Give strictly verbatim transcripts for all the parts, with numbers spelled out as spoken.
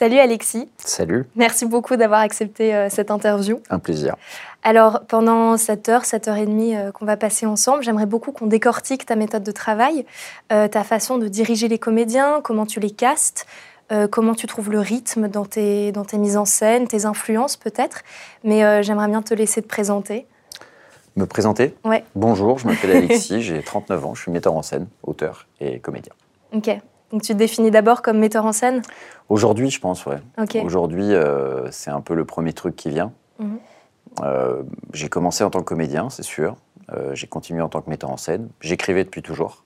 Salut Alexis. Salut. Merci beaucoup d'avoir accepté euh, cette interview. Un plaisir. Alors, pendant cette heure, cette heure et demie euh, qu'on va passer ensemble, j'aimerais beaucoup qu'on décortique ta méthode de travail, euh, ta façon de diriger les comédiens, comment tu les castes, euh, comment tu trouves le rythme dans tes, dans tes mises en scène, tes influences peut-être. Mais euh, j'aimerais bien te laisser te présenter. Me présenter ? Ouais. Bonjour, je m'appelle Alexis, j'ai trente-neuf ans, je suis metteur en scène, auteur et comédien. Ok. Donc tu te définis d'abord comme metteur en scène ? Aujourd'hui, je pense, ouais. Okay. Aujourd'hui, euh, c'est un peu le premier truc qui vient. Mm-hmm. euh, j'ai commencé en tant que comédien, c'est sûr. Euh, j'ai continué en tant que metteur en scène. J'écrivais depuis toujours.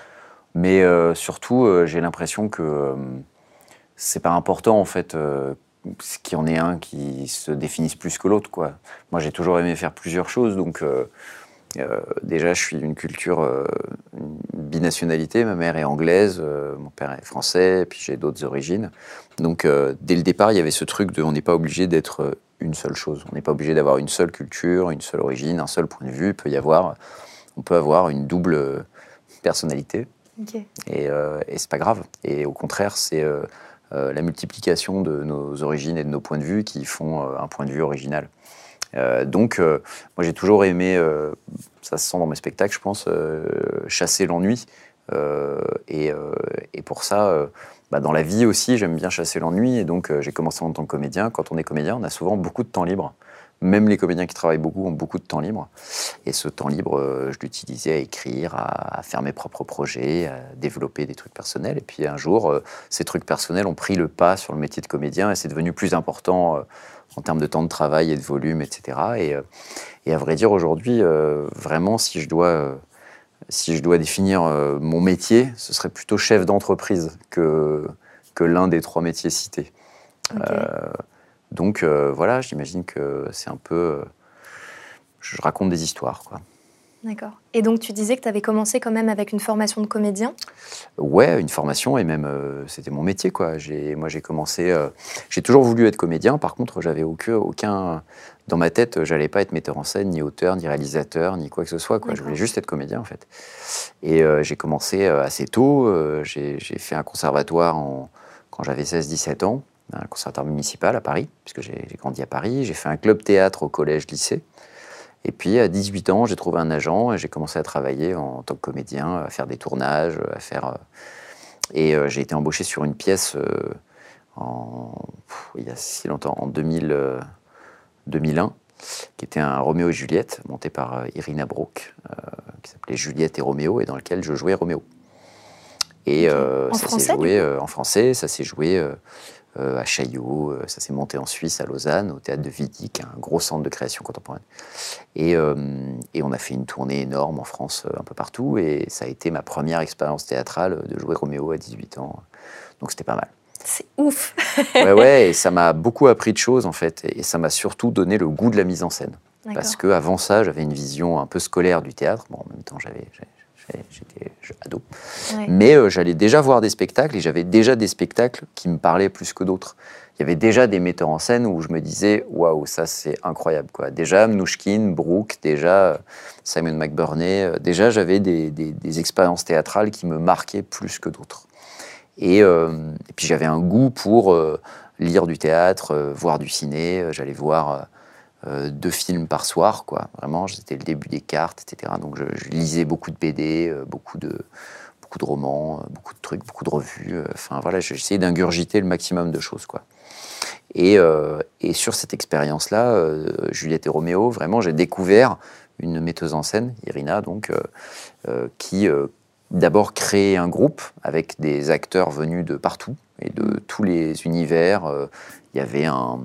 Mais euh, surtout, euh, j'ai l'impression que euh, c'est pas important, en fait, euh, qu'il y en ait un qui se définisse plus que l'autre, quoi. Moi, j'ai toujours aimé faire plusieurs choses, donc... Euh, Euh, déjà, je suis d'une culture, euh, une binationalité. Ma mère est anglaise, euh, mon père est français, et puis j'ai d'autres origines. Donc, euh, dès le départ, il y avait ce truc de on n'est pas obligé d'être une seule chose. On n'est pas obligé d'avoir une seule culture, une seule origine, un seul point de vue. Il peut y avoir, on peut avoir une double personnalité. Okay. Et, euh, et c'est pas grave. Et au contraire, c'est euh, euh, la multiplication de nos origines et de nos points de vue qui font euh, un point de vue original. Euh, donc, euh, moi, j'ai toujours aimé, euh, ça se sent dans mes spectacles, je pense, euh, chasser l'ennui. Euh, et, euh, et pour ça, euh, bah, dans la vie aussi, j'aime bien chasser l'ennui. Et donc, euh, j'ai commencé en tant que comédien. Quand on est comédien, on a souvent beaucoup de temps libre. Même les comédiens qui travaillent beaucoup ont beaucoup de temps libre. Et ce temps libre, euh, je l'utilisais à écrire, à, à faire mes propres projets, à développer des trucs personnels. Et puis un jour, euh, ces trucs personnels ont pris le pas sur le métier de comédien et c'est devenu plus important euh, en termes de temps de travail et de volume, et cetera. Et, euh, et à vrai dire, aujourd'hui, euh, vraiment, si je dois, euh, si je dois définir euh, mon métier, ce serait plutôt chef d'entreprise que, que l'un des trois métiers cités. Okay. Euh, donc euh, voilà, j'imagine que c'est un peu... Euh, je raconte des histoires, quoi. D'accord. Et donc tu disais que tu avais commencé quand même avec une formation de comédien ? Ouais, une formation, et même euh, c'était mon métier, quoi. J'ai, moi j'ai commencé... Euh, j'ai toujours voulu être comédien, par contre j'avais aucun... aucun dans ma tête, j'allais pas être metteur en scène, ni auteur, ni réalisateur, ni quoi que ce soit, quoi. Je voulais juste être comédien, en fait. Et euh, j'ai commencé euh, assez tôt, euh, j'ai, j'ai fait un conservatoire en, quand j'avais seize dix-sept ans, un conservatoire municipal à Paris, puisque j'ai, j'ai grandi à Paris. J'ai fait un club théâtre au collège-lycée. Et puis, à dix-huit ans, j'ai trouvé un agent et j'ai commencé à travailler en tant que comédien, à faire des tournages, à faire... Et euh, j'ai été embauché sur une pièce euh, en... Pff, il y a si longtemps, en deux mille, euh, deux mille un, qui était un Roméo et Juliette, monté par euh, Irina Brouk, euh, qui s'appelait Juliette et Roméo, et dans lequel je jouais Roméo. Et okay. euh, en ça français, s'est joué euh, en français, ça s'est joué... Euh, Euh, à Chaillot, euh, ça s'est monté en Suisse, à Lausanne, au théâtre de Vidic, un gros centre de création contemporaine. Et, euh, et on a fait une tournée énorme en France, euh, un peu partout, et ça a été ma première expérience théâtrale de jouer Roméo à dix-huit ans. Donc c'était pas mal. C'est ouf. Ouais, ouais, et ça m'a beaucoup appris de choses, en fait, et ça m'a surtout donné le goût de la mise en scène. D'accord. Parce qu'avant ça, j'avais une vision un peu scolaire du théâtre. Bon, en même temps, j'avais... j'avais j'étais ado. Ouais. Mais euh, j'allais déjà voir des spectacles et j'avais déjà des spectacles qui me parlaient plus que d'autres. Il y avait déjà des metteurs en scène où je me disais « Waouh, ça c'est incroyable ». Quoi. Déjà Mnouchkine, Brook, déjà Simon McBurney, euh, déjà j'avais des, des, des expériences théâtrales qui me marquaient plus que d'autres. Et, euh, et puis j'avais un goût pour euh, lire du théâtre, euh, voir du ciné, euh, j'allais voir... Euh, Euh, deux films par soir, quoi. Vraiment, c'était le début des cartes, et cetera. Donc, je, je lisais beaucoup de B D, euh, beaucoup de, beaucoup de romans, euh, beaucoup de trucs, beaucoup de revues. Enfin, euh, voilà, j'essayais d'ingurgiter le maximum de choses, quoi. Et, euh, et sur cette expérience-là, euh, Juliette et Roméo, vraiment, j'ai découvert une metteuse en scène, Irina, donc, euh, euh, qui euh, d'abord créait un groupe avec des acteurs venus de partout et de tous les univers. Euh, il y avait un...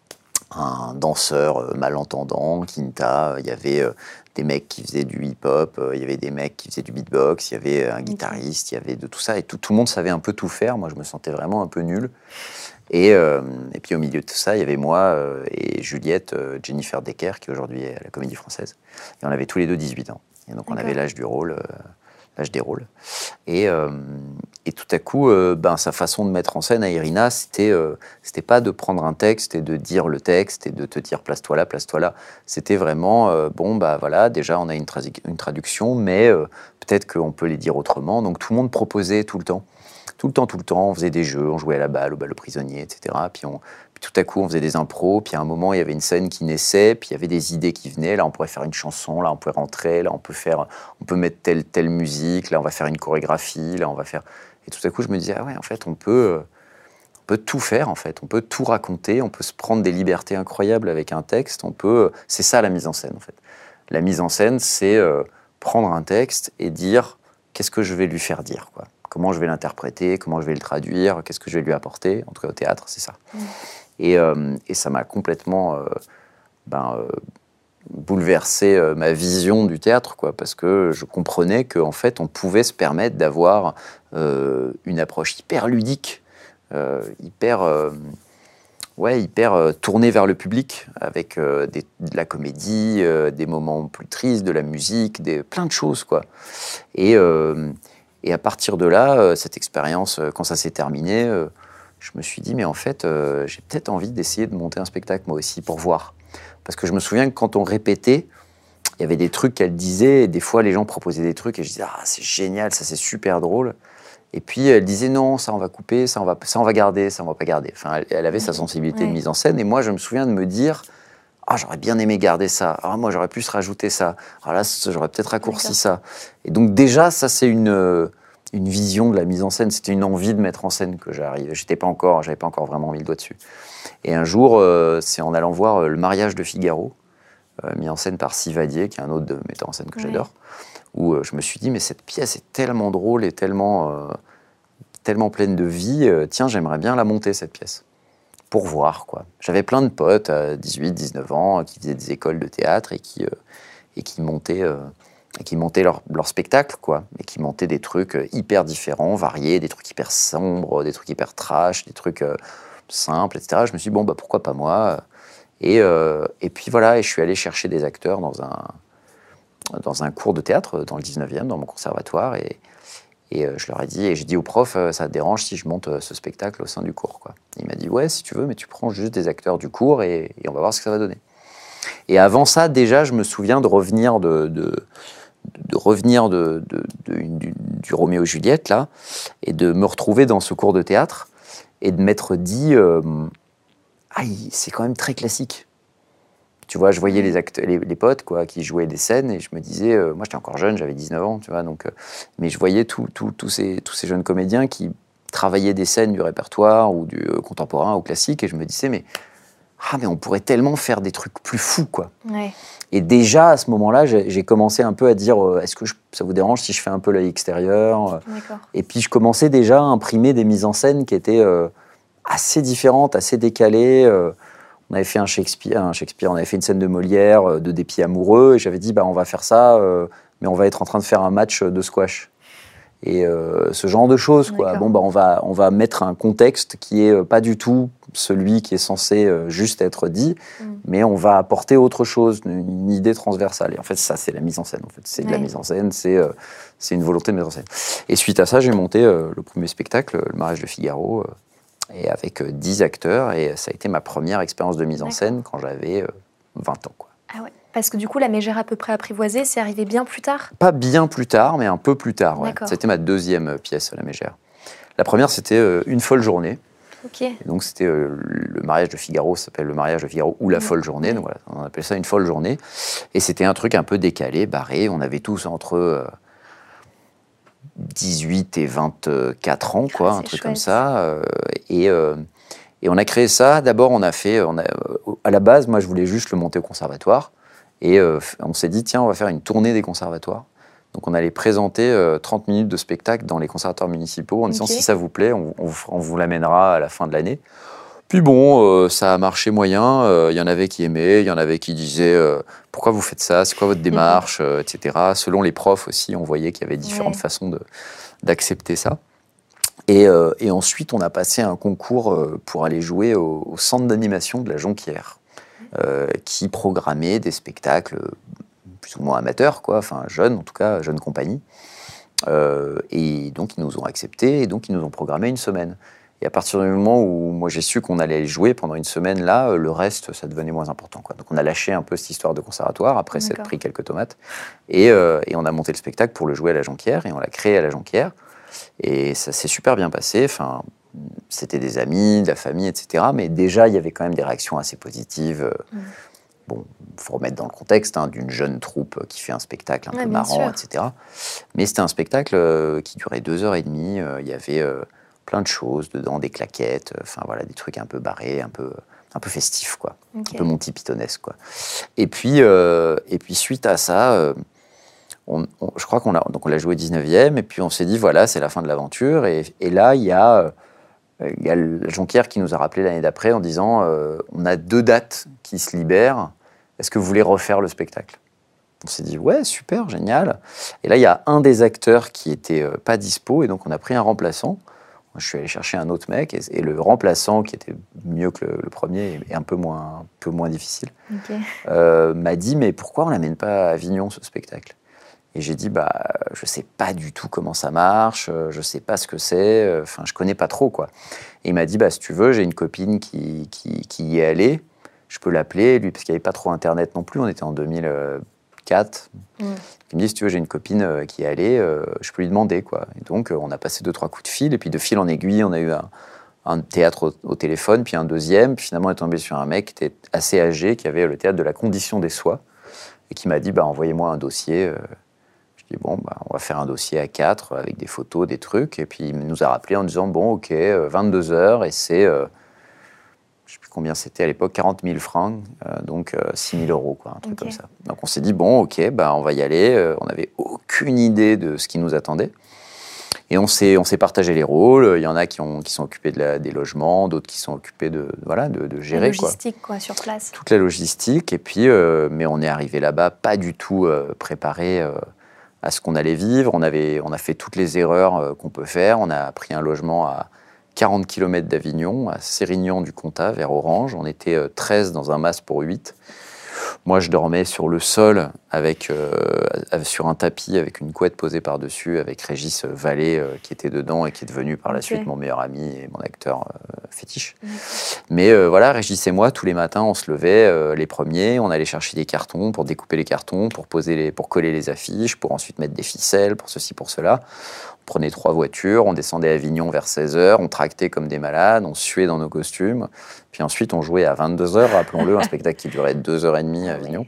un danseur malentendant, Kinta, il y avait euh, des mecs qui faisaient du hip-hop, euh, il y avait des mecs qui faisaient du beatbox, il y avait un guitariste, il y avait de tout ça, et tout, tout le monde savait un peu tout faire. Moi, je me sentais vraiment un peu nul. Et, euh, et puis, au milieu de tout ça, il y avait moi euh, et Juliette, euh, Jennifer Decker, qui aujourd'hui est à la Comédie Française. Et on avait tous les deux dix-huit ans. Et donc, on avait l'âge du rôle, euh, l'âge des rôles. Et... Euh, Et tout à coup, euh, ben, sa façon de mettre en scène à Irina, c'était, euh, c'était pas de prendre un texte et de dire le texte et de te dire place-toi là, place-toi là. C'était vraiment, euh, bon, bah voilà, déjà on a une, tradu- une traduction, mais euh, peut-être qu'on peut les dire autrement. Donc tout le monde proposait tout le temps. Tout le temps, tout le temps, on faisait des jeux, on jouait à la balle, au ballon prisonnier, et cetera. Puis, on, puis tout à coup, on faisait des impros. Puis à un moment, il y avait une scène qui naissait. Puis il y avait des idées qui venaient. Là, on pourrait faire une chanson. Là, on pourrait rentrer. Là, on peut faire, on peut mettre telle telle musique. Là, on va faire une chorégraphie. Là, on va faire. Et tout à coup, je me disais, ah ouais, en fait, on peut, on peut tout faire. En fait, on peut tout raconter. On peut se prendre des libertés incroyables avec un texte. On peut. C'est ça la mise en scène, en fait. La mise en scène, c'est euh, prendre un texte et dire qu'est-ce que je vais lui faire dire, quoi. Comment je vais l'interpréter, comment je vais le traduire, qu'est-ce que je vais lui apporter. En tout cas, au théâtre, c'est ça. Mmh. Et, euh, et ça m'a complètement euh, ben, euh, bouleversé euh, ma vision du théâtre, quoi, parce que je comprenais qu'en fait, on pouvait se permettre d'avoir euh, une approche hyper ludique, euh, hyper, euh, ouais, hyper euh, tournée vers le public, avec euh, des, de la comédie, euh, des moments plus tristes, de la musique, des, plein de choses, quoi. Et... Euh, Et à partir de là, euh, cette expérience, euh, quand ça s'est terminé, euh, je me suis dit, mais en fait, euh, j'ai peut-être envie d'essayer de monter un spectacle, moi aussi, pour voir. Parce que je me souviens que quand on répétait, il y avait des trucs qu'elle disait, et des fois, les gens proposaient des trucs, et je disais, ah, c'est génial, ça, c'est super drôle. Et puis, elle disait, non, ça, on va couper, ça, on va, ça, on va garder, ça, on va pas garder. Enfin, elle, elle avait sa sensibilité, ouais, de mise en scène, et moi, je me souviens de me dire... Ah, j'aurais bien aimé garder ça. Ah, moi, j'aurais pu se rajouter ça. Ah, là, j'aurais peut-être raccourci ça. Et donc, déjà, ça, c'est une, euh, une vision de la mise en scène. C'était une envie de mettre en scène que j'arrive. J'étais pas encore, j'avais pas encore vraiment mis le doigt dessus. Et un jour, euh, c'est en allant voir euh, Le Mariage de Figaro, euh, mis en scène par Sivadier, qui est un autre de metteur en scène que, ouais, j'adore, où euh, je me suis dit, mais cette pièce est tellement drôle et tellement, euh, tellement pleine de vie. Euh, tiens, j'aimerais bien la monter, cette pièce. Pour voir, quoi. J'avais plein de potes à dix-huit, dix-neuf ans qui faisaient des écoles de théâtre et qui, euh, et qui montaient, euh, et qui montaient leur, leur spectacle, quoi. Et qui montaient des trucs hyper différents, variés, des trucs hyper sombres, des trucs hyper trash, des trucs euh, simples, et cetera. Je me suis dit, bon, bah, pourquoi pas moi? Et, euh, et puis voilà, et je suis allé chercher des acteurs dans un, dans un cours de théâtre dans le dix-neuvième, dans mon conservatoire, et Et euh, je leur ai dit, et j'ai dit au prof, euh, ça te dérange si je monte euh, ce spectacle au sein du cours, quoi. Il m'a dit, ouais, si tu veux, mais tu prends juste des acteurs du cours et, et on va voir ce que ça va donner. Et avant ça, déjà, je me souviens de revenir de, de, de revenir de, de, de, du, du Roméo et Juliette, là, et de me retrouver dans ce cours de théâtre et de m'être dit, euh, ah, c'est quand même très classique. Tu vois, je voyais les, acteurs, les, les potes, quoi, qui jouaient des scènes et je me disais, euh, moi j'étais encore jeune, j'avais dix-neuf ans, tu vois, donc, euh, mais je voyais tous tout, tout ces, tous ces jeunes comédiens qui travaillaient des scènes du répertoire ou du euh, contemporain ou classique et je me disais, mais, ah, mais on pourrait tellement faire des trucs plus fous, quoi. Ouais. Et déjà, à ce moment-là, j'ai, j'ai commencé un peu à dire, euh, est-ce que je, ça vous dérange si je fais un peu l'œil extérieur? D'accord. Et puis je commençais déjà à imprimer des mises en scène qui étaient euh, assez différentes, assez décalées. Euh, On avait fait un Shakespeare, un Shakespeare, on avait fait une scène de Molière, de Dépit amoureux, et j'avais dit, bah, on va faire ça, euh, mais on va être en train de faire un match de squash. Et euh, ce genre de choses, quoi. Bon, bah, on va, on va mettre un contexte qui est pas du tout celui qui est censé euh, juste être dit, mm. mais on va apporter autre chose, une, une idée transversale. Et en fait, ça, c'est la mise en scène. En fait, c'est ouais. de la mise en scène, c'est, euh, c'est une volonté de mettre en scène. Et suite à ça, j'ai monté euh, le premier spectacle, Le Mariage de Figaro. Euh, et avec euh, dix acteurs, et ça a été ma première expérience de mise en scène quand j'avais euh, vingt ans, quoi. Ah ouais. Parce que du coup, La Mégère à peu près apprivoisée, c'est arrivé bien plus tard? Pas bien plus tard, mais un peu plus tard, ouais. C'était ma deuxième pièce, La Mégère. La première, c'était euh, Une folle journée. Okay. Et donc, c'était euh, le mariage de Figaro, ça s'appelle Le Mariage de Figaro ou La mmh. folle journée, donc voilà, on appelait ça Une folle journée. Et c'était un truc un peu décalé, barré, on avait tous entre... Euh, dix-huit et vingt-quatre ans, quoi, ah, un truc chouette. Comme ça. Euh, et, euh, et on a créé ça. D'abord, on a fait... On a, à la base, moi, je voulais juste le monter au conservatoire. Et euh, on s'est dit, tiens, on va faire une tournée des conservatoires. Donc, on allait présenter euh, trente minutes de spectacle dans les conservatoires municipaux en disant, okay. si ça vous plaît, on, on, on vous l'amènera à la fin de l'année. Puis bon, euh, ça a marché moyen. Il euh, y en avait qui aimaient, il y en avait qui disaient euh, « Pourquoi vous faites ça? C'est quoi votre démarche euh, ?» et cetera. Selon les profs aussi, on voyait qu'il y avait différentes ouais. façons de, d'accepter ça. Et, euh, et ensuite, on a passé un concours euh, pour aller jouer au, au centre d'animation de la Jonquière, euh, qui programmait des spectacles plus ou moins amateurs, quoi, enfin jeunes, en tout cas, jeunes compagnies. Euh, et donc, ils nous ont acceptés et donc, ils nous ont programmé une semaine. Et à partir du moment où moi j'ai su qu'on allait jouer pendant une semaine, là, le reste, ça devenait moins important, quoi. Donc on a lâché un peu cette histoire de conservatoire, après s'être pris quelques tomates, et, euh, et on a monté le spectacle pour le jouer à la Jonquière, et on l'a créé à la Jonquière. Et ça s'est super bien passé. Enfin, c'était des amis, de la famille, et cetera. Mais déjà, il y avait quand même des réactions assez positives. Mmh. Bon, il faut remettre dans le contexte hein, d'une jeune troupe qui fait un spectacle un ouais, peu marrant, sûr. et cetera. Mais c'était un spectacle euh, qui durait deux heures et demie. Euh, il y avait euh, plein de choses dedans, des claquettes, enfin voilà, des trucs un peu barrés, un peu, un peu festifs, quoi. Okay. Un peu Monty Pythonesque, quoi. Et puis, euh, et puis suite à ça, euh, on, on, je crois qu'on l'a, donc on l'a joué dix-neuvième, et puis on s'est dit, voilà, c'est la fin de l'aventure. Et, et là, il y a... Euh, Il y a Jonquière qui nous a rappelé l'année d'après en disant euh, on a deux dates qui se libèrent, est-ce que vous voulez refaire le spectacle? On s'est dit ouais, super, génial. Et là, il y a un des acteurs qui était euh, pas dispo, et donc on a pris un remplaçant. Je suis allé chercher un autre mec, et, et le remplaçant, qui était mieux que le, le premier et un peu moins, un peu moins difficile, okay. euh, m'a dit mais pourquoi on l'amène pas à Avignon, ce spectacle? Et j'ai dit, bah, je ne sais pas du tout comment ça marche, je ne sais pas ce que c'est, enfin, je ne connais pas trop, quoi. Et il m'a dit, bah, si tu veux, j'ai une copine qui, qui, qui y est allée, je peux l'appeler, lui, parce qu'il n'y avait pas trop Internet non plus, on était en deux mille quatre. Mmh. Il me dit, si tu veux, j'ai une copine qui y est allée, je peux lui demander, quoi. Et donc, on a passé deux, trois coups de fil, et puis de fil en aiguille, on a eu un, un théâtre au, au téléphone, puis un deuxième, puis finalement, on est tombé sur un mec qui était assez âgé, qui avait le théâtre de la Condition des Soies, et qui m'a dit, bah, envoyez-moi un dossier. Je dis, bon, bah, on va faire un dossier à quatre avec des photos, des trucs. Et puis, il nous a rappelé en disant, bon, OK, euh, vingt-deux heures, et c'est, euh, je ne sais plus combien c'était à l'époque, quarante mille francs, euh, donc euh, six mille euros, quoi, un truc okay. comme ça. Donc, on s'est dit, bon, OK, bah, on va y aller. Euh, on n'avait aucune idée de ce qui nous attendait. Et on s'est, on s'est partagé les rôles. Il y en a qui, ont, qui sont occupés de la, des logements, d'autres qui sont occupés de, voilà, de, de gérer. La logistique, quoi. quoi, sur place. Toute la logistique. Et puis, euh, mais on est arrivé là-bas pas du tout euh, préparé euh, à ce qu'on allait vivre. On, avait, on a fait toutes les erreurs euh, qu'on peut faire. On a pris un logement à quarante kilomètres d'Avignon, à Sérignan-du-Comtat, vers Orange. On était euh, treize dans un mas pour huit. Moi, je dormais sur le sol, avec, euh, sur un tapis, avec une couette posée par-dessus, avec Régis Vallée euh, qui était dedans et qui est devenu par la okay. suite mon meilleur ami et mon acteur euh, fétiche. Okay. Mais euh, voilà, Régis et moi, tous les matins, on se levait euh, les premiers, on allait chercher des cartons pour découper les cartons, pour, poser les, pour coller les affiches, pour ensuite mettre des ficelles, pour ceci, pour cela. On prenait trois voitures, on descendait à Avignon vers seize heures, on tractait comme des malades, on suait dans nos costumes. Puis ensuite, on jouait à vingt-deux heures, rappelons-le, un spectacle qui durait deux heures et demie à Avignon.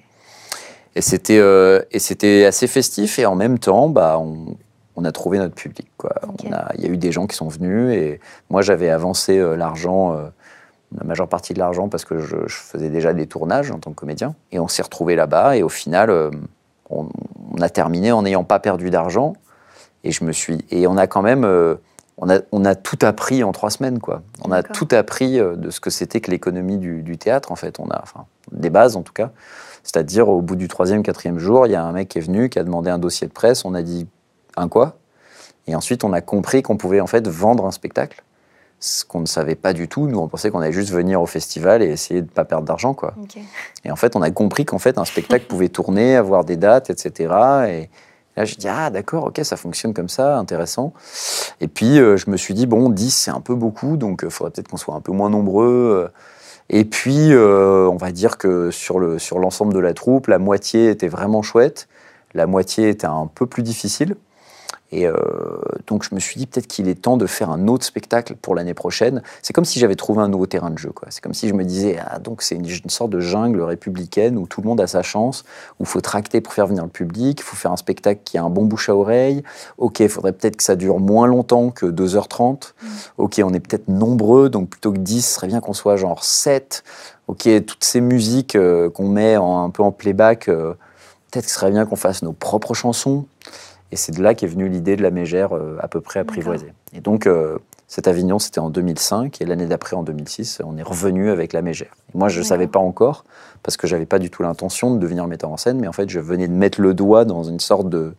Et c'était, euh, et c'était assez festif, et en même temps, bah, on, on a trouvé notre public, quoi. Okay. On a, il y a eu des gens qui sont venus, et moi, j'avais avancé euh, l'argent, euh, la majeure partie de l'argent, parce que je, je faisais déjà des tournages en tant que comédien. Et on s'est retrouvés là-bas, et au final, euh, on, on a terminé en n'ayant pas perdu d'argent. Et je me suis, et on a quand même, euh, on a, on a tout appris en trois semaines, quoi. On a D'accord. tout appris de ce que c'était que l'économie du, du théâtre, en fait. On a, enfin, des bases en tout cas. C'est-à-dire, au bout du troisième, quatrième jour, il y a un mec qui est venu, qui a demandé un dossier de presse. On a dit un quoi? Et ensuite, on a compris qu'on pouvait en fait vendre un spectacle, ce qu'on ne savait pas du tout. Nous, on pensait qu'on allait juste venir au festival et essayer de ne pas perdre d'argent, quoi. Okay. Et en fait, on a compris qu'en fait, un spectacle pouvait tourner, avoir des dates, et cetera. Et là, j'ai dit, ah d'accord, ok, ça fonctionne comme ça, intéressant. Et puis, euh, je me suis dit, bon, dix, c'est un peu beaucoup, donc il euh, faudrait peut-être qu'on soit un peu moins nombreux. Et puis, euh, on va dire que sur, le, sur l'ensemble de la troupe, la moitié était vraiment chouette, la moitié était un peu plus difficile. Et euh, donc, je me suis dit peut-être qu'il est temps de faire un autre spectacle pour l'année prochaine. C'est comme si j'avais trouvé un nouveau terrain de jeu, quoi. C'est comme si je me disais, ah, donc c'est une, une sorte de jungle républicaine où tout le monde a sa chance, où il faut tracter pour faire venir le public, il faut faire un spectacle qui a un bon bouche à oreille. Ok, il faudrait peut-être que ça dure moins longtemps que deux heures trente. Mmh. Ok, on est peut-être nombreux, donc plutôt que dix, ce serait bien qu'on soit genre sept. Ok, toutes ces musiques euh, qu'on met en, un peu en playback, euh, peut-être que ce serait bien qu'on fasse nos propres chansons. Et c'est de là qu'est venue l'idée de la Mégère euh, à peu près apprivoisée. D'accord. Et donc, euh, cet Avignon, c'était en deux mille cinq, et l'année d'après, en deux mille six, on est revenu avec la Mégère. Et moi, je ne savais pas encore, parce que je n'avais pas du tout l'intention de devenir metteur en scène, mais en fait, je venais de mettre le doigt dans une sorte de,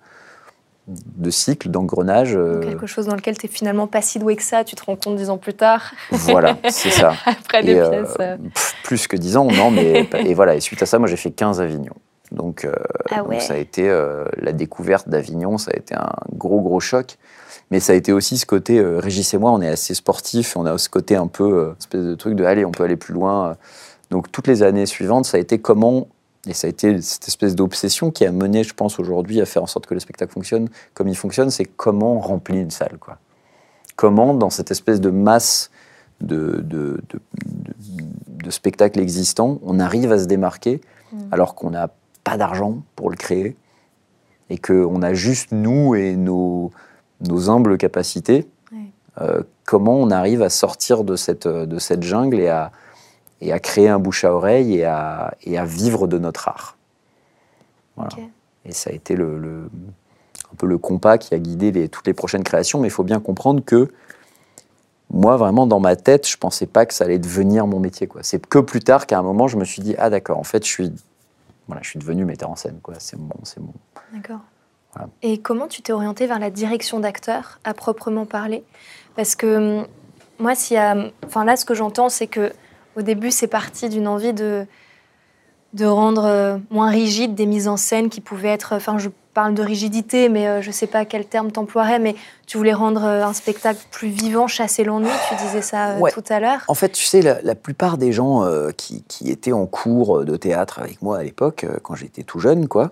de cycle, d'engrenage. Euh... Quelque chose dans lequel tu n'es finalement pas si doué que ça, tu te rends compte dix ans plus tard. Voilà, c'est ça. Après des et, pièces. Euh, pff, plus que dix ans, non, mais... et voilà, et suite à ça, moi, j'ai fait quinze Avignon. Donc, euh, ah ouais. donc ça a été euh, la découverte d'Avignon, ça a été un gros gros choc, mais ça a été aussi ce côté, euh, Régis et moi, on est assez sportifs, on a ce côté un peu, euh, espèce de truc de allez, on peut aller plus loin. Donc toutes les années suivantes, ça a été comment Et ça a été cette espèce d'obsession qui a mené, je pense, aujourd'hui à faire en sorte que le spectacle fonctionne comme il fonctionne, c'est comment on remplit une salle, quoi. Comment, dans cette espèce de masse de, de, de, de, de spectacles existants, on arrive à se démarquer mmh. alors qu'on n'a pas d'argent pour le créer et qu'on a juste nous et nos, nos humbles capacités. Oui. Euh, comment on arrive à sortir de cette, de cette jungle et à, et à créer un bouche à oreille et à, et à vivre de notre art. Voilà. Okay. Et ça a été le, le, un peu le compas qui a guidé les, toutes les prochaines créations, mais il faut bien comprendre que moi, vraiment, dans ma tête, je ne pensais pas que ça allait devenir mon métier, quoi. C'est que plus tard qu'à un moment, je me suis dit « Ah d'accord, en fait, je suis, voilà, je suis devenu metteur en scène, quoi. C'est bon, c'est bon. » D'accord. Voilà. Et comment tu t'es orienté vers la direction d'acteur, à proprement parler ? Parce que moi, s'il y a, enfin là, ce que j'entends, c'est que au début, c'est parti d'une envie de de rendre moins rigide des mises en scène qui pouvaient être, enfin, je parle de rigidité, mais je ne sais pas quel terme t'emploierais, mais tu voulais rendre un spectacle plus vivant, chasser l'ennui, tu disais ça ouais. tout à l'heure. En fait, tu sais, la, la plupart des gens euh, qui, qui étaient en cours de théâtre avec moi à l'époque, euh, quand j'étais tout jeune, quoi,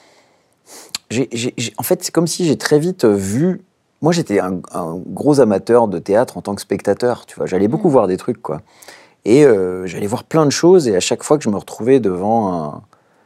j'ai, j'ai, j'ai, en fait, c'est comme si j'ai très vite vu... Moi, j'étais un, un gros amateur de théâtre en tant que spectateur, tu vois. J'allais beaucoup mmh. voir des trucs, quoi. Et euh, j'allais voir plein de choses, et à chaque fois que je me retrouvais devant un...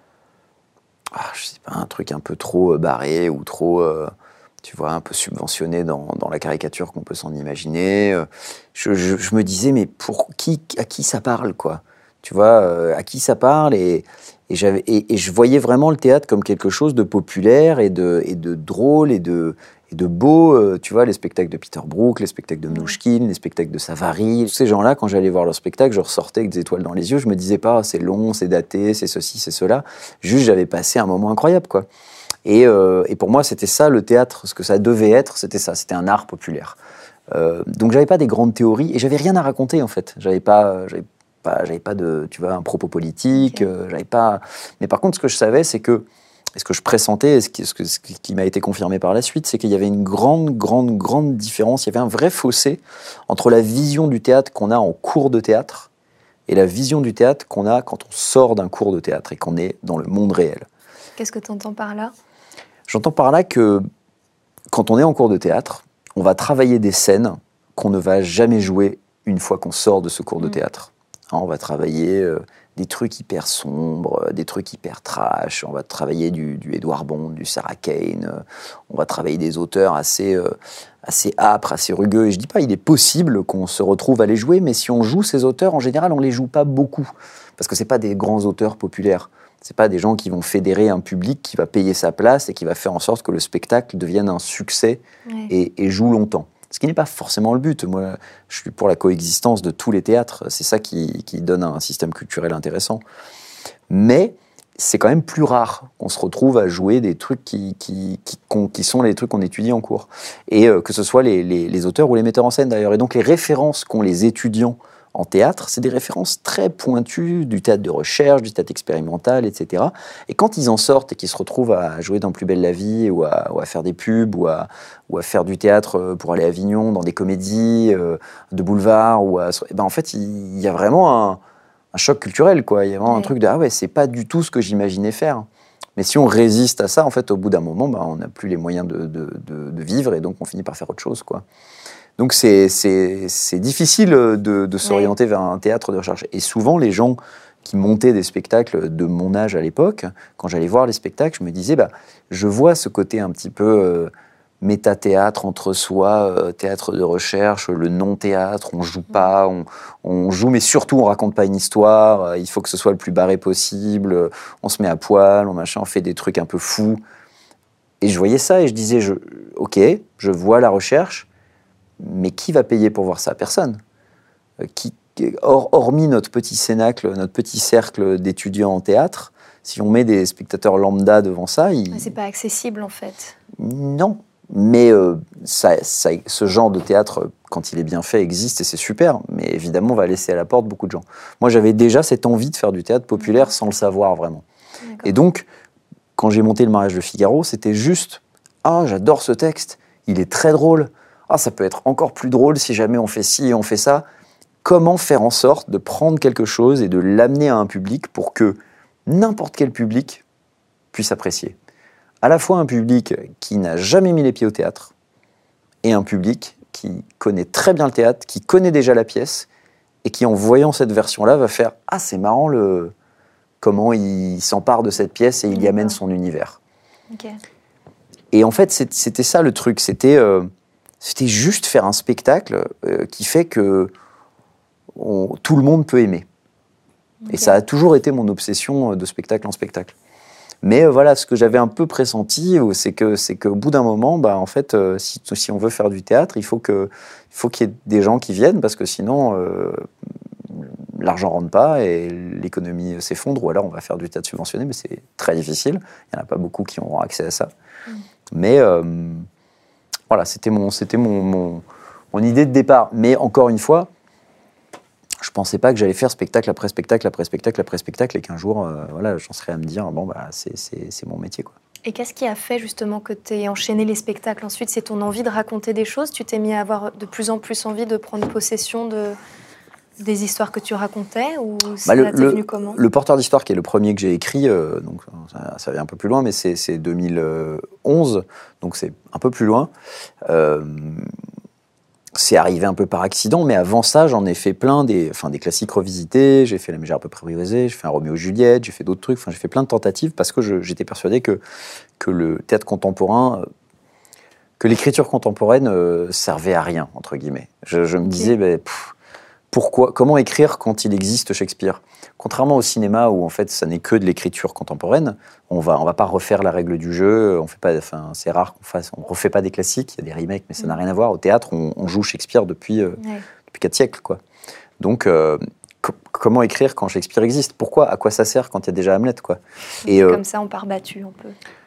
Ah, je sais pas, un truc un peu trop barré ou trop, euh, tu vois, un peu subventionné dans, dans la caricature qu'on peut s'en imaginer. Je, je, je me disais, mais pour qui, à qui ça parle, quoi ? Tu vois, euh, à qui ça parle et, et, j'avais, et, et je voyais vraiment le théâtre comme quelque chose de populaire et de, et de drôle et de, et de beau. Euh, tu vois, les spectacles de Peter Brook, les spectacles de Mnouchkine, les spectacles de Savary. Tous ces gens-là, quand j'allais voir leur spectacle, je ressortais avec des étoiles dans les yeux. Je me disais pas, c'est long, c'est daté, c'est ceci, c'est cela. Juste, j'avais passé un moment incroyable, quoi. Et, euh, et pour moi, c'était ça, le théâtre. Ce que ça devait être, c'était ça. C'était un art populaire. Euh, donc, j'avais pas des grandes théories et j'avais rien à raconter, en fait. J'avais pas... J'avais Pas, j'avais pas de, tu vois, un propos politique, okay. euh, j'avais pas... Mais par contre, ce que je savais, c'est que, et ce que je pressentais, et ce qui, ce, que, ce qui m'a été confirmé par la suite, c'est qu'il y avait une grande, grande, grande différence, il y avait un vrai fossé entre la vision du théâtre qu'on a en cours de théâtre et la vision du théâtre qu'on a quand on sort d'un cours de théâtre et qu'on est dans le monde réel. Qu'est-ce que tu entends par là ? J'entends par là que, quand on est en cours de théâtre, on va travailler des scènes qu'on ne va jamais jouer une fois qu'on sort de ce cours de mmh. théâtre. On va travailler euh, des trucs hyper sombres, des trucs hyper trash, on va travailler du, du Edward Bond, du Sarah Kane, euh, on va travailler des auteurs assez, euh, assez âpres, assez rugueux. Et je dis pas, il est possible qu'on se retrouve à les jouer, mais si on joue ces auteurs, en général, on les joue pas beaucoup. Parce que c'est pas des grands auteurs populaires. C'est pas des gens qui vont fédérer un public qui va payer sa place et qui va faire en sorte que le spectacle devienne un succès ouais. et, et joue longtemps. Ce qui n'est pas forcément le but. Moi, je suis pour la coexistence de tous les théâtres. C'est ça qui, qui donne un système culturel intéressant. Mais c'est quand même plus rare qu'on se retrouve à jouer des trucs qui, qui, qui, qui sont les trucs qu'on étudie en cours. Et euh, que ce soit les, les, les auteurs ou les metteurs en scène, d'ailleurs. Et donc, les références qu'ont les étudiants en théâtre, c'est des références très pointues du théâtre de recherche, du théâtre expérimental, et cetera. Et quand ils en sortent et qu'ils se retrouvent à jouer dans Plus belle la vie, ou à, ou à faire des pubs, ou à, ou à faire du théâtre pour aller à Avignon, dans des comédies euh, de boulevard, ou à, et ben en fait, il y a vraiment un, un choc culturel, quoi. Il y a vraiment oui. un truc de « Ah ouais, c'est pas du tout ce que j'imaginais faire ». Mais si on résiste à ça, en fait, au bout d'un moment, ben, on n'a plus les moyens de, de, de, de vivre, et donc on finit par faire autre chose, quoi. Donc c'est, c'est, c'est difficile de, de s'orienter ouais. vers un théâtre de recherche. Et souvent, les gens qui montaient des spectacles de mon âge à l'époque, quand j'allais voir les spectacles, je me disais, bah, je vois ce côté un petit peu euh, méta-théâtre entre soi, euh, théâtre de recherche, le non-théâtre, on joue pas, on, on joue, mais surtout on raconte pas une histoire, euh, il faut que ce soit le plus barré possible, on se met à poil, on, machin, on fait des trucs un peu fous. Et je voyais ça et je disais, je, ok, je vois la recherche, mais qui va payer pour voir ça ? Personne. Qui, or, hormis notre petit cénacle, notre petit cercle d'étudiants en théâtre, si on met des spectateurs lambda devant ça... Il... C'est pas accessible, en fait. Non. Mais euh, ça, ça, ce genre de théâtre, quand il est bien fait, existe et c'est super. Mais évidemment, on va laisser à la porte beaucoup de gens. Moi, j'avais déjà cette envie de faire du théâtre populaire mmh. sans le savoir, vraiment. D'accord. Et donc, quand j'ai monté Le mariage de Figaro, c'était juste « Ah, j'adore ce texte, il est très drôle. » Ah, ça peut être encore plus drôle si jamais on fait ci et on fait ça. Comment faire en sorte de prendre quelque chose et de l'amener à un public pour que n'importe quel public puisse apprécier. À la fois un public qui n'a jamais mis les pieds au théâtre et un public qui connaît très bien le théâtre, qui connaît déjà la pièce et qui, en voyant cette version-là, va faire « Ah, c'est marrant le... comment il s'empare de cette pièce et il y amène son univers. Okay. » Et en fait, c'était ça le truc. C'était euh, c'était juste faire un spectacle euh, qui fait que on, tout le monde peut aimer. Okay. Et ça a toujours été mon obsession de spectacle en spectacle. Mais euh, voilà, ce que j'avais un peu pressenti, c'est que c'est qu'au bout d'un moment, bah, en fait, euh, si, si on veut faire du théâtre, il faut que, il faut qu'il y ait des gens qui viennent, parce que sinon, euh, l'argent rentre pas et l'économie s'effondre. Ou alors, on va faire du théâtre subventionné, mais c'est très difficile. Il y en a pas beaucoup qui auront accès à ça. Mmh. Mais euh, voilà, c'était mon, c'était mon, mon, mon idée de départ. Mais encore une fois, je pensais pas que j'allais faire spectacle après spectacle après spectacle après spectacle et qu'un jour, euh, voilà, j'en serais à me dire bon bah c'est c'est c'est mon métier quoi. Et qu'est-ce qui a fait justement que tu aies enchaîné les spectacles ensuite? C'est ton envie de raconter des choses? Tu t'es mis à avoir de plus en plus envie de prendre possession de des histoires que tu racontais ou ça bah, t'est venu comment? Le Porteur d'Histoire, qui est le premier que j'ai écrit, euh, donc ça, ça va un peu plus loin, mais c'est c'est deux mille onze, donc c'est un peu plus loin. Euh, C'est arrivé un peu par accident, mais avant ça, j'en ai fait plein des, enfin, des classiques revisités. J'ai fait La Mégère à peu près brisée, j'ai fait un Roméo et Juliette, j'ai fait d'autres trucs. Enfin, j'ai fait plein de tentatives parce que je, j'étais persuadé que, que le théâtre contemporain, que l'écriture contemporaine euh, servait à rien, entre guillemets. Je, je me okay. disais, bah, pff, pourquoi, comment écrire quand il existe Shakespeare? Contrairement au cinéma où en fait ça n'est que de l'écriture contemporaine, on va on va pas refaire la règle du jeu, on fait pas, enfin c'est rare qu'on fasse, on refait pas des classiques, il y a des remakes mais ça n'a rien à voir. Au théâtre, on, on joue Shakespeare depuis euh, ouais. depuis quatre siècles quoi. Donc euh, co- comment écrire quand Shakespeare existe? Pourquoi? À quoi ça sert quand il y a déjà Hamlet quoi? Et euh, comme ça on part battu un peu.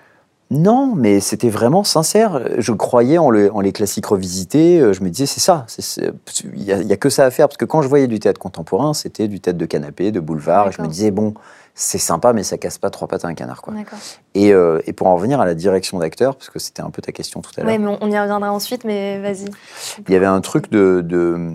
Non, mais c'était vraiment sincère. Je croyais en, le, en les classiques revisités. Je me disais, c'est ça. Il n'y a, a que ça à faire. Parce que quand je voyais du théâtre contemporain, c'était du théâtre de canapé, de boulevard. Et je me disais, bon, c'est sympa, mais ça casse pas trois pattes à un canard. Quoi. Et, euh, et pour en revenir à la direction d'acteur, parce que c'était un peu ta question tout à l'heure. Oui, mais on y reviendra ensuite, mais vas-y. Il y avait un truc de... de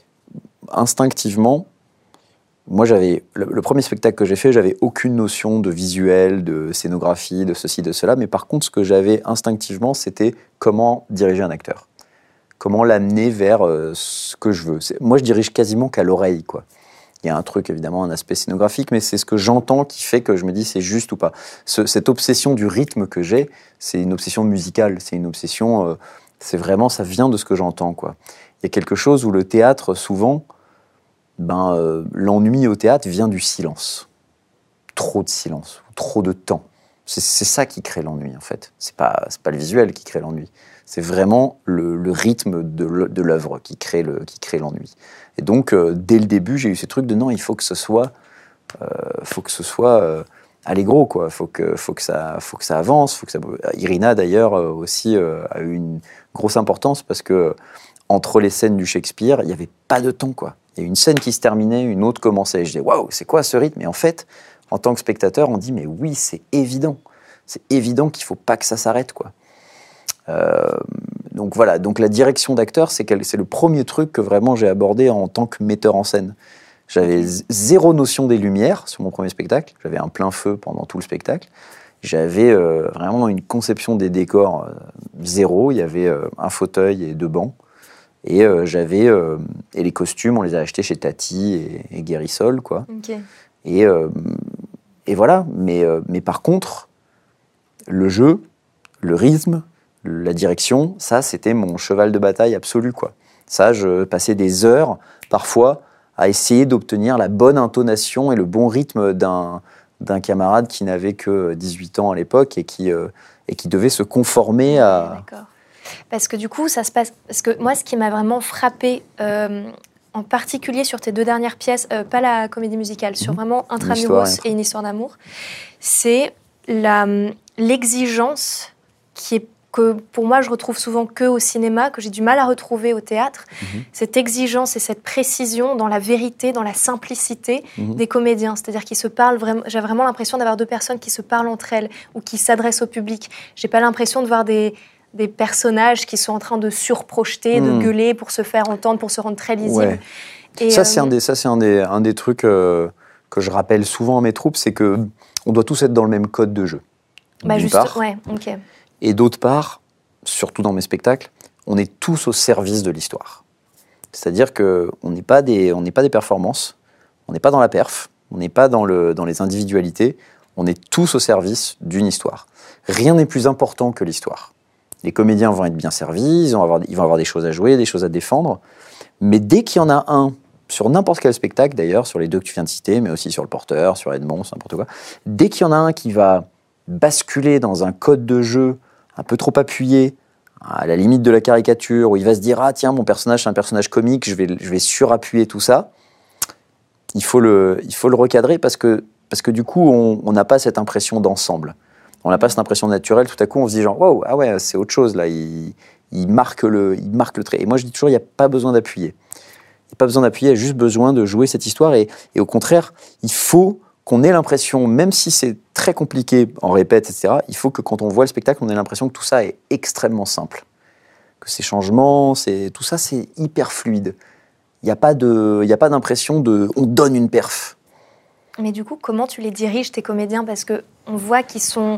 instinctivement... Moi, j'avais le, le premier spectacle que j'ai fait, j'avais aucune notion de visuel, de scénographie, de ceci, de cela. Mais par contre, ce que j'avais instinctivement, c'était comment diriger un acteur, comment l'amener vers euh, ce que je veux. C'est, moi, je dirige quasiment qu'à l'oreille, quoi. Il y a un truc, évidemment, un aspect scénographique, mais c'est ce que j'entends qui fait que je me dis c'est juste ou pas. Ce, cette obsession du rythme que j'ai, c'est une obsession musicale, c'est une obsession, euh, c'est vraiment, ça vient de ce que j'entends, quoi. Il y a quelque chose où le théâtre, souvent. Ben, euh, l'ennui au théâtre vient du silence. Trop de silence, trop de temps. C'est, c'est ça qui crée l'ennui, en fait. C'est pas, c'est pas le visuel qui crée l'ennui. C'est vraiment le, le rythme de, de l'œuvre qui crée, le, qui crée l'ennui. Et donc, euh, dès le début, j'ai eu ce truc de non, il faut que ce soit, euh, faut que ce soit euh, allégro, quoi. Faut que, faut que ça, faut que ça avance. Faut que ça... Irina, d'ailleurs, euh, aussi euh, a eu une grosse importance parce que euh, entre les scènes du Shakespeare, il n'y avait pas de temps, quoi. Il y a une scène qui se terminait, une autre commençait. Et je disais, waouh, c'est quoi ce rythme? Et en fait, en tant que spectateur, on dit, mais oui, c'est évident. C'est évident qu'il ne faut pas que ça s'arrête, quoi. Euh, donc voilà, donc la direction d'acteur, c'est, c'est le premier truc que vraiment j'ai abordé en tant que metteur en scène. J'avais z- zéro notion des lumières sur mon premier spectacle. J'avais un plein feu pendant tout le spectacle. J'avais euh, vraiment une conception des décors euh, zéro. Il y avait euh, un fauteuil et deux bancs. Et euh, j'avais euh, et les costumes, on les a achetés chez Tati et, et Guérissol, quoi. Okay. Et euh, et voilà. Mais euh, mais par contre, le jeu, le rythme, la direction, ça c'était mon cheval de bataille absolu, quoi. Ça, je passais des heures parfois à essayer d'obtenir la bonne intonation et le bon rythme d'un d'un camarade qui n'avait que dix-huit ans à l'époque et qui euh, et qui devait se conformer à. D'accord. Parce que du coup, ça se passe. Parce que moi, ce qui m'a vraiment frappée, euh, en particulier sur tes deux dernières pièces, euh, pas la comédie musicale, sur mmh. vraiment Intramuros et Une histoire d'amour, c'est la, l'exigence qui est que pour moi, je retrouve souvent que au cinéma, que j'ai du mal à retrouver au théâtre. Mmh. Cette exigence et cette précision dans la vérité, dans la simplicité mmh. des comédiens. C'est-à-dire qu'ils se parlent vraiment. J'ai vraiment l'impression d'avoir deux personnes qui se parlent entre elles ou qui s'adressent au public. J'ai pas l'impression de voir des des personnages qui sont en train de surprojeter, mmh. de gueuler pour se faire entendre, pour se rendre très lisible. Ouais. Et ça, euh... c'est un des, ça, c'est un des, un des trucs euh, que je rappelle souvent à mes troupes, c'est qu'on doit tous être dans le même code de jeu. Bah d'une juste, part. ouais, ok. Et d'autre part, surtout dans mes spectacles, on est tous au service de l'histoire. C'est-à-dire qu'on n'est pas des, on n'est pas des performances, on n'est pas dans la perf, on n'est pas dans, le, dans les individualités, on est tous au service d'une histoire. Rien n'est plus important que l'histoire. Les comédiens vont être bien servis, ils vont avoir, ils vont avoir des choses à jouer, des choses à défendre, mais dès qu'il y en a un, sur n'importe quel spectacle d'ailleurs, sur les deux que tu viens de citer, mais aussi sur Le Porteur, sur Edmond, c'est n'importe quoi, dès qu'il y en a un qui va basculer dans un code de jeu un peu trop appuyé, à la limite de la caricature, où il va se dire « Ah tiens, mon personnage, c'est un personnage comique, je vais, je vais surappuyer tout ça », il faut le, il faut le recadrer parce que, parce que du coup, on n'a pas cette impression d'ensemble. On n'a pas cette impression naturelle. Tout à coup, on se dit genre « Wow, ah ouais, c'est autre chose, là, il, il, marque le, il marque le trait ». Et moi, je dis toujours « Il n'y a pas besoin d'appuyer. Il n'y a pas besoin d'appuyer, il y a juste besoin de jouer cette histoire. Et, et au contraire, il faut qu'on ait l'impression, même si c'est très compliqué, en répète, et cetera, il faut que quand on voit le spectacle, on ait l'impression que tout ça est extrêmement simple. Que ces changements, c'est, tout ça, c'est hyper fluide. Il n'y a pas de, il n'y a pas d'impression de « on donne une perf ». Mais du coup, comment tu les diriges, tes comédiens? Parce qu'on voit qu'ils sont...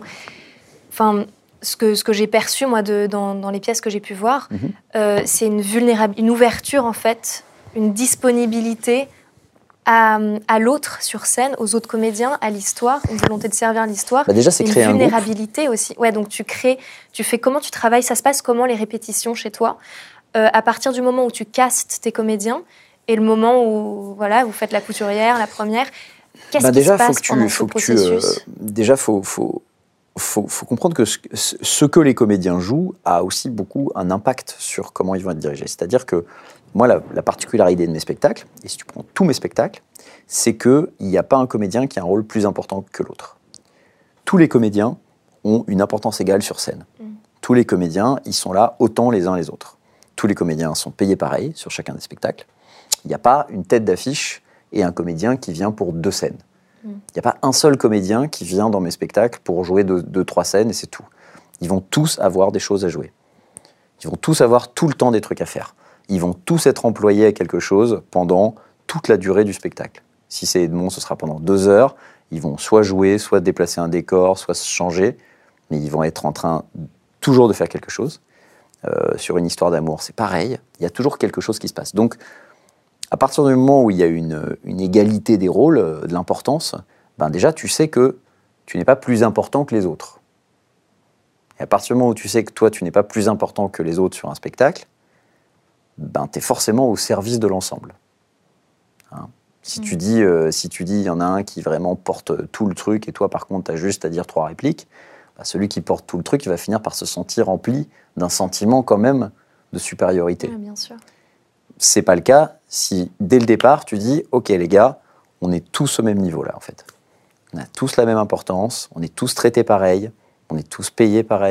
Enfin, ce que, ce que j'ai perçu, moi, de, dans, dans les pièces que j'ai pu voir, mm-hmm. euh, c'est une vulnérabilité, une ouverture, en fait, une disponibilité à, à l'autre sur scène, aux autres comédiens, à l'histoire, une volonté de servir l'histoire. Bah déjà, c'est créer un groupe. Une vulnérabilité aussi. Ouais, donc tu crées, tu fais comment tu travailles, ça se passe comment les répétitions chez toi, euh, à partir du moment où tu castes tes comédiens et le moment où voilà, vous faites la couturière, la première, qu'est-ce bah qui déjà, se passe faut que tu, pendant faut ce que tu, processus euh, Déjà, faut, faut, faut, faut comprendre que ce, ce que les comédiens jouent a aussi beaucoup un impact sur comment ils vont être dirigés. C'est-à-dire que moi, la, la particularité de mes spectacles, et si tu prends tous mes spectacles, c'est qu'il n'y a pas un comédien qui a un rôle plus important que l'autre. Tous les comédiens ont une importance égale sur scène. Mmh. Tous les comédiens, ils sont là autant les uns les autres. Tous les comédiens sont payés pareil sur chacun des spectacles. Il n'y a pas une tête d'affiche et un comédien qui vient pour deux scènes. Il mmh. n'y a pas un seul comédien qui vient dans mes spectacles pour jouer deux, deux, trois scènes et c'est tout. Ils vont tous avoir des choses à jouer. Ils vont tous avoir tout le temps des trucs à faire. Ils vont tous être employés à quelque chose pendant toute la durée du spectacle. Si c'est Edmond, ce sera pendant deux heures. Ils vont soit jouer, soit déplacer un décor, soit se changer. Mais ils vont être en train toujours de faire quelque chose. Euh, sur une histoire d'amour, c'est pareil. Il y a toujours quelque chose qui se passe. Donc, à partir du moment où il y a une, une égalité des rôles, de l'importance, ben déjà, tu sais que tu n'es pas plus important que les autres. Et à partir du moment où tu sais que toi, tu n'es pas plus important que les autres sur un spectacle, ben, tu es forcément au service de l'ensemble. Hein? Si, mmh. tu dis, euh, si tu dis, il y en a un qui vraiment porte tout le truc et toi, par contre, tu as juste à dire trois répliques, ben, celui qui porte tout le truc, il va finir par se sentir rempli d'un sentiment quand même de supériorité. Oui, bien sûr. C'est pas le cas si, dès le départ, tu dis « Ok, les gars, on est tous au même niveau, là, en fait. On a tous la même importance, on est tous traités pareil, on est tous payés pareil. »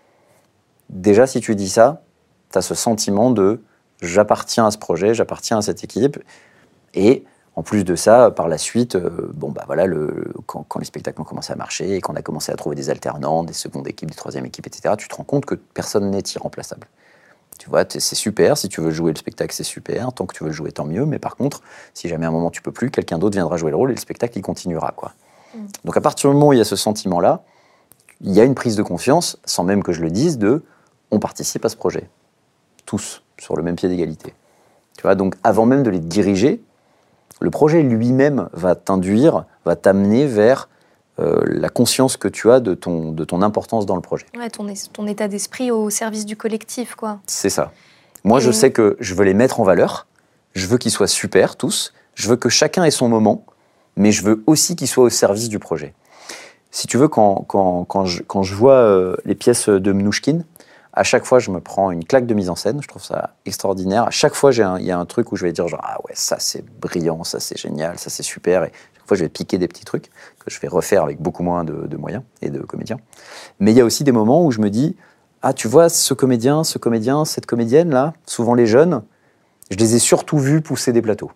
Déjà, si tu dis ça, tu as ce sentiment de « j'appartiens à ce projet, j'appartiens à cette équipe ». Et en plus de ça, par la suite, euh, bon, bah, voilà, le, quand, quand les spectacles ont commencé à marcher et qu'on a commencé à trouver des alternants, des secondes équipes, des troisièmes équipes, et cetera, tu te rends compte que personne n'est irremplaçable. Tu vois, c'est super, si tu veux jouer le spectacle, c'est super, tant que tu veux le jouer, tant mieux, mais par contre, si jamais à un moment tu peux plus, quelqu'un d'autre viendra jouer le rôle et le spectacle, il continuera, quoi. Mmh. Donc à partir du moment où il y a ce sentiment-là, il y a une prise de conscience, sans même que je le dise, de « on participe à ce projet ». Tous, sur le même pied d'égalité. Tu vois, donc avant même de les diriger, le projet lui-même va t'induire, va t'amener vers euh, la conscience que tu as de ton, de ton importance dans le projet. Ouais, ton, ton état d'esprit au service du collectif, quoi. C'est ça. Moi, Et... je sais que je veux les mettre en valeur, je veux qu'ils soient super, tous, je veux que chacun ait son moment, mais je veux aussi qu'ils soient au service du projet. Si tu veux, quand, quand, quand, je, quand je vois euh, les pièces de Mnouchkine, à chaque fois, je me prends une claque de mise en scène. Je trouve ça extraordinaire. À chaque fois, il y a un truc où je vais dire genre, ah ouais, ça c'est brillant, ça c'est génial, ça c'est super. Et chaque fois, je vais piquer des petits trucs que je vais refaire avec beaucoup moins de, de moyens et de comédiens. Mais il y a aussi des moments où je me dis, ah tu vois, ce comédien, ce comédien, cette comédienne-là, souvent les jeunes, je les ai surtout vus pousser des plateaux.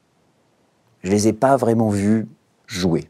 Je les ai pas vraiment vus jouer.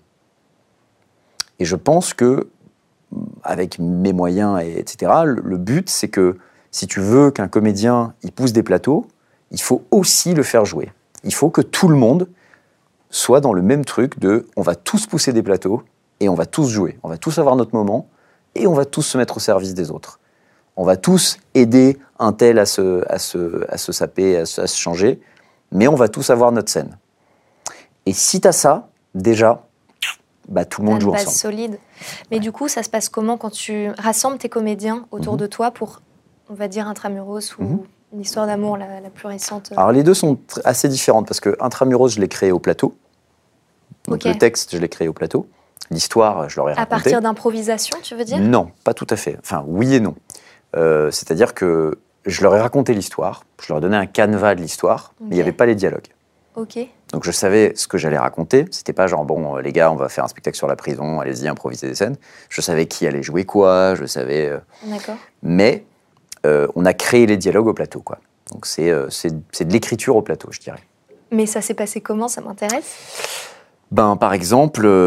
Et je pense que avec mes moyens, et etc., le but, c'est que si tu veux qu'un comédien il pousse des plateaux, il faut aussi le faire jouer. Il faut que tout le monde soit dans le même truc de on va tous pousser des plateaux et on va tous jouer. On va tous avoir notre moment et on va tous se mettre au service des autres. On va tous aider un tel à se, à se, à se saper, à se, à se changer, mais on va tous avoir notre scène. Et si tu as ça, déjà, bah, tout le monde joue ensemble. Une base solide. Mais ouais. Du coup, ça se passe comment quand tu rassembles tes comédiens autour mmh. de toi pour, on va dire, Intramuros ou mmh. une histoire d'amour la, la plus récente? Alors, les deux sont assez différentes parce que Intramuros, je l'ai créé au plateau. Donc, okay. le texte, je l'ai créé au plateau. L'histoire, je leur ai raconté. À partir d'improvisation, tu veux dire? Non, pas tout à fait. Enfin, oui et non. Euh, c'est-à-dire que je leur ai raconté l'histoire, je leur ai donné un canevas de l'histoire, okay. mais il n'y avait pas les dialogues. Okay. Donc je savais ce que j'allais raconter. C'était pas genre, bon, les gars, on va faire un spectacle sur la prison, allez-y, improviser des scènes. Je savais qui allait jouer quoi, je savais... Euh... D'accord. Mais euh, on a créé les dialogues au plateau, quoi. Donc c'est, euh, c'est, c'est de l'écriture au plateau, je dirais. Mais ça s'est passé comment? Ça m'intéresse. Ben, par exemple, euh,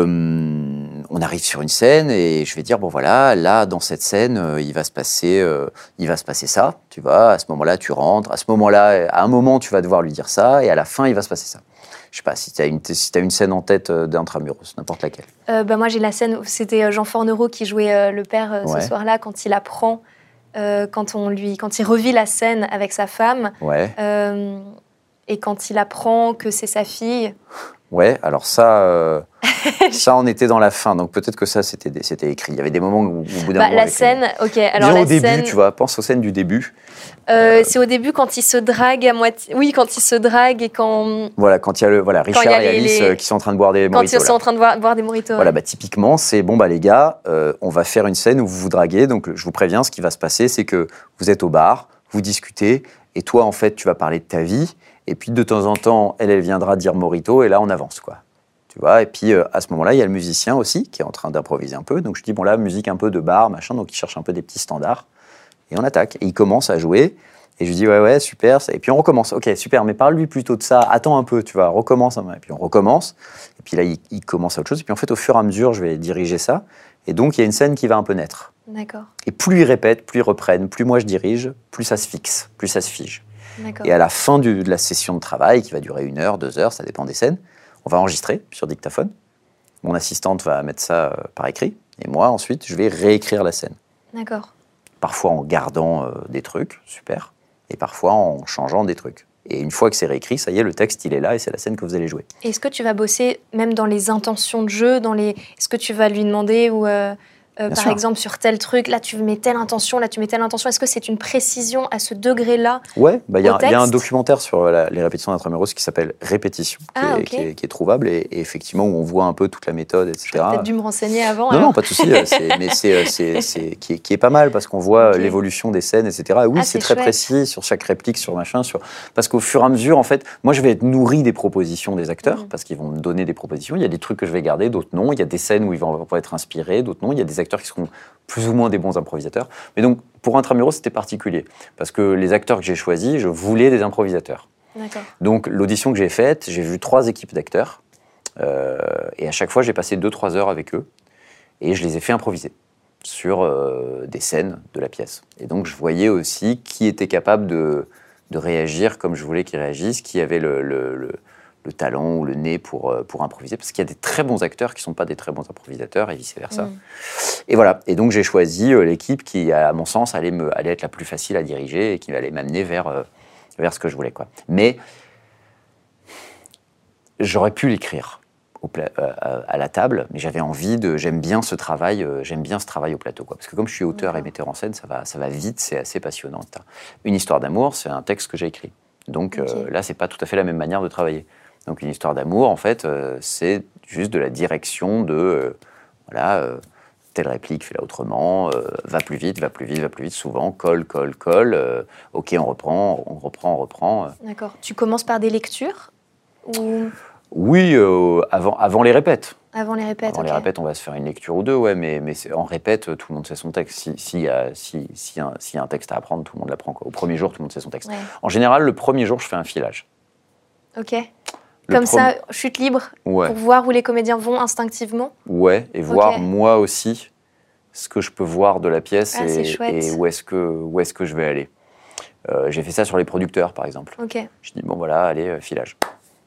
on arrive sur une scène et je vais dire, bon voilà, là, dans cette scène, euh, il va se passer, euh, il va se passer ça, tu vois, à ce moment-là, tu rentres, à ce moment-là, à un moment, tu vas devoir lui dire ça, et à la fin, il va se passer ça. Je sais pas, si tu as une, si t'as une scène en tête euh, d'Intramuros, n'importe laquelle. Euh, ben moi, j'ai la scène où c'était Jean Fornereau qui jouait euh, le père euh, ouais. ce soir-là, quand il apprend, euh, quand, on lui, quand il revit la scène avec sa femme, ouais. euh, et quand il apprend que c'est sa fille... Ouais, alors ça, euh, ça, on était dans la fin, donc peut-être que ça, c'était, c'était écrit. Il y avait des moments où, au bout d'un bah, moment... La scène, les... ok, alors Disons la au début, scène... tu vois, pense aux scènes du début. Euh, euh, c'est au début quand il se drague à moitié... Oui, quand il se drague et quand... Voilà, quand il y a, le, voilà, Richard y a les, et Alice les... qui sont en train de boire des mojitos. Quand mojitos. ils sont en train de boire, boire des mojitos. Voilà, ouais. bah, typiquement, c'est, bon, bah, les gars, euh, on va faire une scène où vous vous draguez, donc je vous préviens, ce qui va se passer, c'est que vous êtes au bar, vous discutez, et toi, en fait, tu vas parler de ta vie, et puis de temps en temps, elle, elle viendra dire mojito, et là, on avance, quoi. Tu vois, et puis euh, à ce moment-là, il y a le musicien aussi qui est en train d'improviser un peu. Donc je dis, bon là, musique un peu de bar, machin, donc il cherche un peu des petits standards. Et on attaque. Et il commence à jouer. Et je lui dis, ouais, ouais, super. Et puis on recommence. Ok, super, mais parle-lui plutôt de ça. Attends un peu, tu vois, recommence. Et puis on recommence. Et puis là, il, il commence à autre chose. Et puis en fait, au fur et à mesure, je vais diriger ça. Et donc, il y a une scène qui va un peu naître. D'accord. Et plus ils répètent, plus ils reprennent, plus moi je dirige, plus ça se fixe, plus ça se fige. D'accord. Et à la fin du, de la session de travail, qui va durer une heure, deux heures, ça dépend des scènes, on va enregistrer sur dictaphone. Mon assistante va mettre ça euh, par écrit. Et moi, ensuite, je vais réécrire la scène. D'accord. Parfois en gardant euh, des trucs, super. Et parfois en changeant des trucs. Et une fois que c'est réécrit, ça y est, le texte, il est là et c'est la scène que vous allez jouer. Est-ce que tu vas bosser même dans les intentions de jeu, dans les... Est-ce que tu vas lui demander ou euh, euh, par sûr. exemple sur tel truc, là tu mets telle intention, là tu mets telle intention. Est-ce que c'est une précision à ce degré-là? Ouais, bah, y, y a un documentaire sur la, les répétitions d'Intramuros qui s'appelle Répétition, qui, ah, est, okay. qui, est, qui est trouvable et, et effectivement où on voit un peu toute la méthode, et cetera. J'aurais peut-être dû me renseigner avant. Non, alors. non, pas de souci, c'est, mais c'est, c'est, c'est qui, est, qui est pas mal parce qu'on voit okay. l'évolution des scènes, et cetera. Et oui, ah, c'est, c'est très chouette. Précis sur chaque réplique, sur machin, sur... parce qu'au fur et à mesure, en fait, moi je vais être nourri des propositions des acteurs mmh. parce qu'ils vont me donner des propositions. Il y a des trucs que je vais garder, d'autres non. Il y a des scènes où ils vont pas être inspirés, d'autres non. Il y a des acteurs qui seront plus ou moins des bons improvisateurs. Mais donc, pour Intramuros, c'était particulier. Parce que les acteurs que j'ai choisis, je voulais des improvisateurs. D'accord. Donc, l'audition que j'ai faite, j'ai vu trois équipes d'acteurs. Euh, et à chaque fois, j'ai passé deux trois heures avec eux. Et je les ai fait improviser sur euh, des scènes de la pièce. Et donc, je voyais aussi qui était capable de, de réagir comme je voulais qu'ils réagissent, qui avait le... le, le le talent ou le nez pour, pour improviser, parce qu'il y a des très bons acteurs qui ne sont pas des très bons improvisateurs, et vice-versa. Mmh. Et voilà, et donc j'ai choisi l'équipe qui, à mon sens, allait, me, allait être la plus facile à diriger et qui allait m'amener vers, euh, vers ce que je voulais, quoi. Mais j'aurais pu l'écrire au pla- euh, à la table, mais j'avais envie de... J'aime bien ce travail, euh, j'aime bien ce travail au plateau, quoi. Parce que comme je suis auteur mmh. et metteur en scène, ça va, ça va vite, c'est assez passionnant. Une histoire d'amour, c'est un texte que j'ai écrit. Donc okay. euh, là, c'est pas tout à fait la même manière de travailler. Donc une histoire d'amour, en fait, euh, c'est juste de la direction de, euh, voilà, euh, telle réplique, fais-la autrement, euh, va plus vite, va plus vite, va plus vite, souvent, colle, colle, colle, euh, ok, on reprend, on reprend, on reprend. Euh. D'accord. Tu commences par des lectures ou... Oui, euh, avant, avant les répètes. Avant les répètes, Avant okay. les répètes, on va se faire une lecture ou deux, ouais, mais, mais c'est, en répète, tout le monde sait son texte. S'il si, si, euh, si, si, un, si y a un texte à apprendre, tout le monde l'apprend, quoi. Au premier jour, tout le monde sait son texte. Ouais. En général, le premier jour, je fais un filage. Ok. Le Comme prom... ça, chute libre, ouais. pour voir où les comédiens vont instinctivement. Ouais, et voir okay. moi aussi ce que je peux voir de la pièce ah, et, et où, est-ce que, où est-ce que je vais aller. Euh, j'ai fait ça sur les producteurs, par exemple. Okay. Je dis, bon voilà, allez, euh, filage.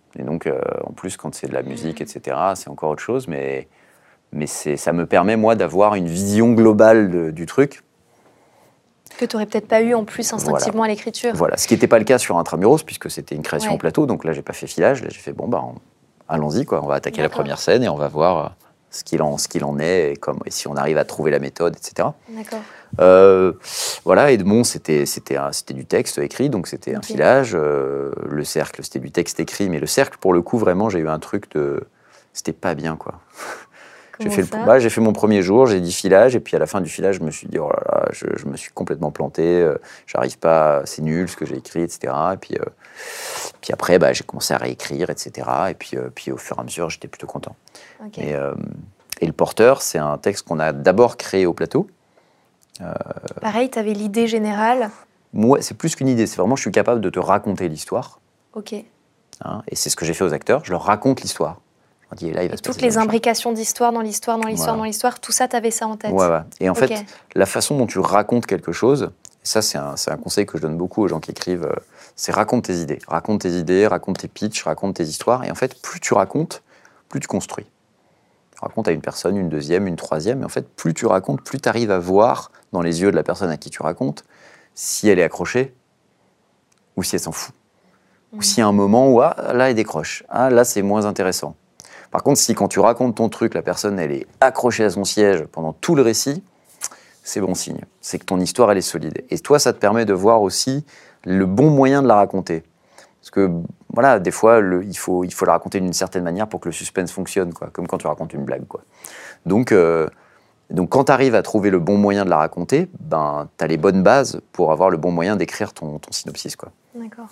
Et donc, euh, en plus, quand c'est de la musique, et cetera, c'est encore autre chose. Mais, mais c'est, ça me permet, moi, d'avoir une vision globale de, du truc. Que tu n'aurais peut-être pas eu en plus instinctivement Voilà. à l'écriture. Voilà, ce qui n'était pas le cas sur Intramuros, puisque c'était une création Ouais. au plateau. Donc là, j'ai pas fait filage. Là, j'ai fait, bon, bah, on, allons-y, quoi. On va attaquer D'accord. la première scène et on va voir ce qu'il en, ce qu'il en est et, comme, et si on arrive à trouver la méthode, et cetera. D'accord. Euh, voilà, Edmond, c'était, c'était, un, c'était du texte écrit, donc c'était okay. un filage. Euh, le cercle, c'était du texte écrit, mais le cercle, pour le coup, vraiment, j'ai eu un truc de... C'était pas bien, quoi. J'ai fait, le, bah, j'ai fait mon premier jour, j'ai dit filage, et puis à la fin du filage, je me suis dit, oh là là, je, je me suis complètement planté, euh, j'arrive pas, c'est nul ce que j'ai écrit, et cetera. Et puis, euh, puis après, bah, j'ai commencé à réécrire, et cetera. Et puis, euh, puis au fur et à mesure, j'étais plutôt content. Okay. Et, euh, et Le Porteur, c'est un texte qu'on a d'abord créé au plateau. Euh, Pareil, tu avais l'idée générale. Moi, c'est plus qu'une idée, c'est vraiment, je suis capable de te raconter l'histoire. Ok. Hein, et c'est ce que j'ai fait aux acteurs, je leur raconte l'histoire. Et, là, il va et se toutes les imbrications d'histoire dans l'histoire, dans l'histoire, voilà. dans l'histoire, tout ça, tu avais ça en tête. Ouais, ouais. Et en okay. fait, la façon dont tu racontes quelque chose, et ça, c'est un, c'est un conseil que je donne beaucoup aux gens qui écrivent, euh, c'est raconte tes idées. Raconte tes idées, raconte tes pitchs, raconte tes histoires. Et en fait, plus tu racontes, plus tu construis. Tu racontes à une personne, une deuxième, une troisième. Et en fait, plus tu racontes, plus tu arrives à voir dans les yeux de la personne à qui tu racontes si elle est accrochée ou si elle s'en fout. Mmh. Ou s'il y a un moment où, ah, là, elle décroche. Ah, là, c'est moins intéressant. Par contre, si quand tu racontes ton truc, la personne, elle est accrochée à son siège pendant tout le récit, c'est bon signe. C'est que ton histoire, elle est solide. Et toi, ça te permet de voir aussi le bon moyen de la raconter. Parce que, voilà, des fois, le, il, faut, il faut la raconter d'une certaine manière pour que le suspense fonctionne, quoi, comme quand tu racontes une blague, quoi. Donc, euh, donc quand tu arrives à trouver le bon moyen de la raconter, ben, tu as les bonnes bases pour avoir le bon moyen d'écrire ton, ton synopsis, quoi. D'accord.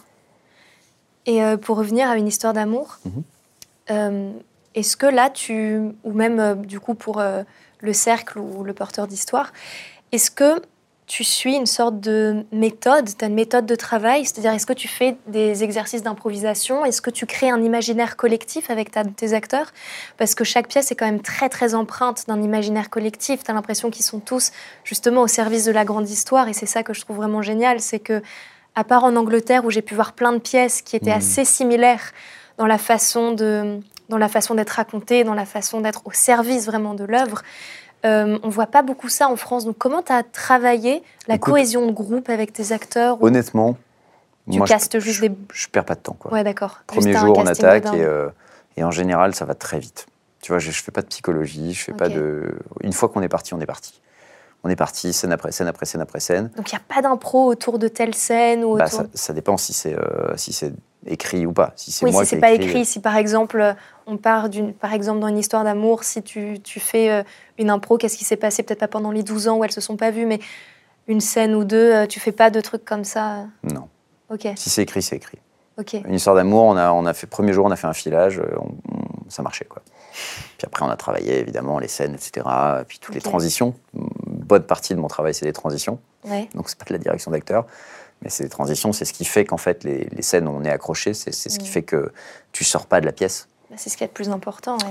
Et euh, pour revenir à une histoire d'amour, mm-hmm. euh, est-ce que là, tu, ou même euh, du coup pour euh, le cercle ou le porteur d'histoire, est-ce que tu suis une sorte de méthode, tu as une méthode de travail, c'est-à-dire est-ce que tu fais des exercices d'improvisation, est-ce que tu crées un imaginaire collectif avec ta, tes acteurs? Parce que chaque pièce est quand même très très empreinte d'un imaginaire collectif, tu as l'impression qu'ils sont tous justement au service de la grande histoire, et c'est ça que je trouve vraiment génial, c'est que à part en Angleterre où j'ai pu voir plein de pièces qui étaient mmh. assez similaires dans la façon de... dans la façon d'être racontée, dans la façon d'être au service vraiment de l'œuvre. Euh, on ne voit pas beaucoup ça en France. Donc, comment tu as travaillé la Écoute, cohésion de groupe avec tes acteurs? Honnêtement, tu moi, castes je, juste je, des... Je ne perds pas de temps, quoi. Ouais, d'accord. Premier juste jour, on attaque et, euh, et en général, ça va très vite. Tu vois, je ne fais pas de psychologie, je fais okay. pas de... Une fois qu'on est parti, on est parti. On est parti, scène après scène, après scène, après scène. Donc, il n'y a pas d'impro autour de telle scène ou autour... bah, ça, ça dépend si c'est, euh, si c'est écrit ou pas. Si c'est oui, moi si c'est qui pas écrit, écrit, si par exemple, on part d'une, par exemple dans une histoire d'amour, si tu, tu fais euh, une impro, qu'est-ce qui s'est passé, peut-être pas pendant les douze ans où elles se sont pas vues, mais une scène ou deux, euh, tu fais pas de trucs comme ça? Non. Ok. Si c'est écrit, c'est écrit. Ok. Une histoire d'amour, on a, on a fait, premier jour, on a fait un filage, on, on, ça marchait, quoi. Puis après, on a travaillé, évidemment, les scènes, et cetera. Puis toutes okay. les transitions. Une bonne partie de mon travail, c'est les transitions. Ouais. Donc, c'est pas de la direction d'acteur. Mais c'est les transitions, c'est ce qui fait qu'en fait, les, les scènes où on est accroché, c'est, c'est ce mmh. qui fait que tu sors pas de la pièce. Bah, c'est ce qui est le plus important, ouais.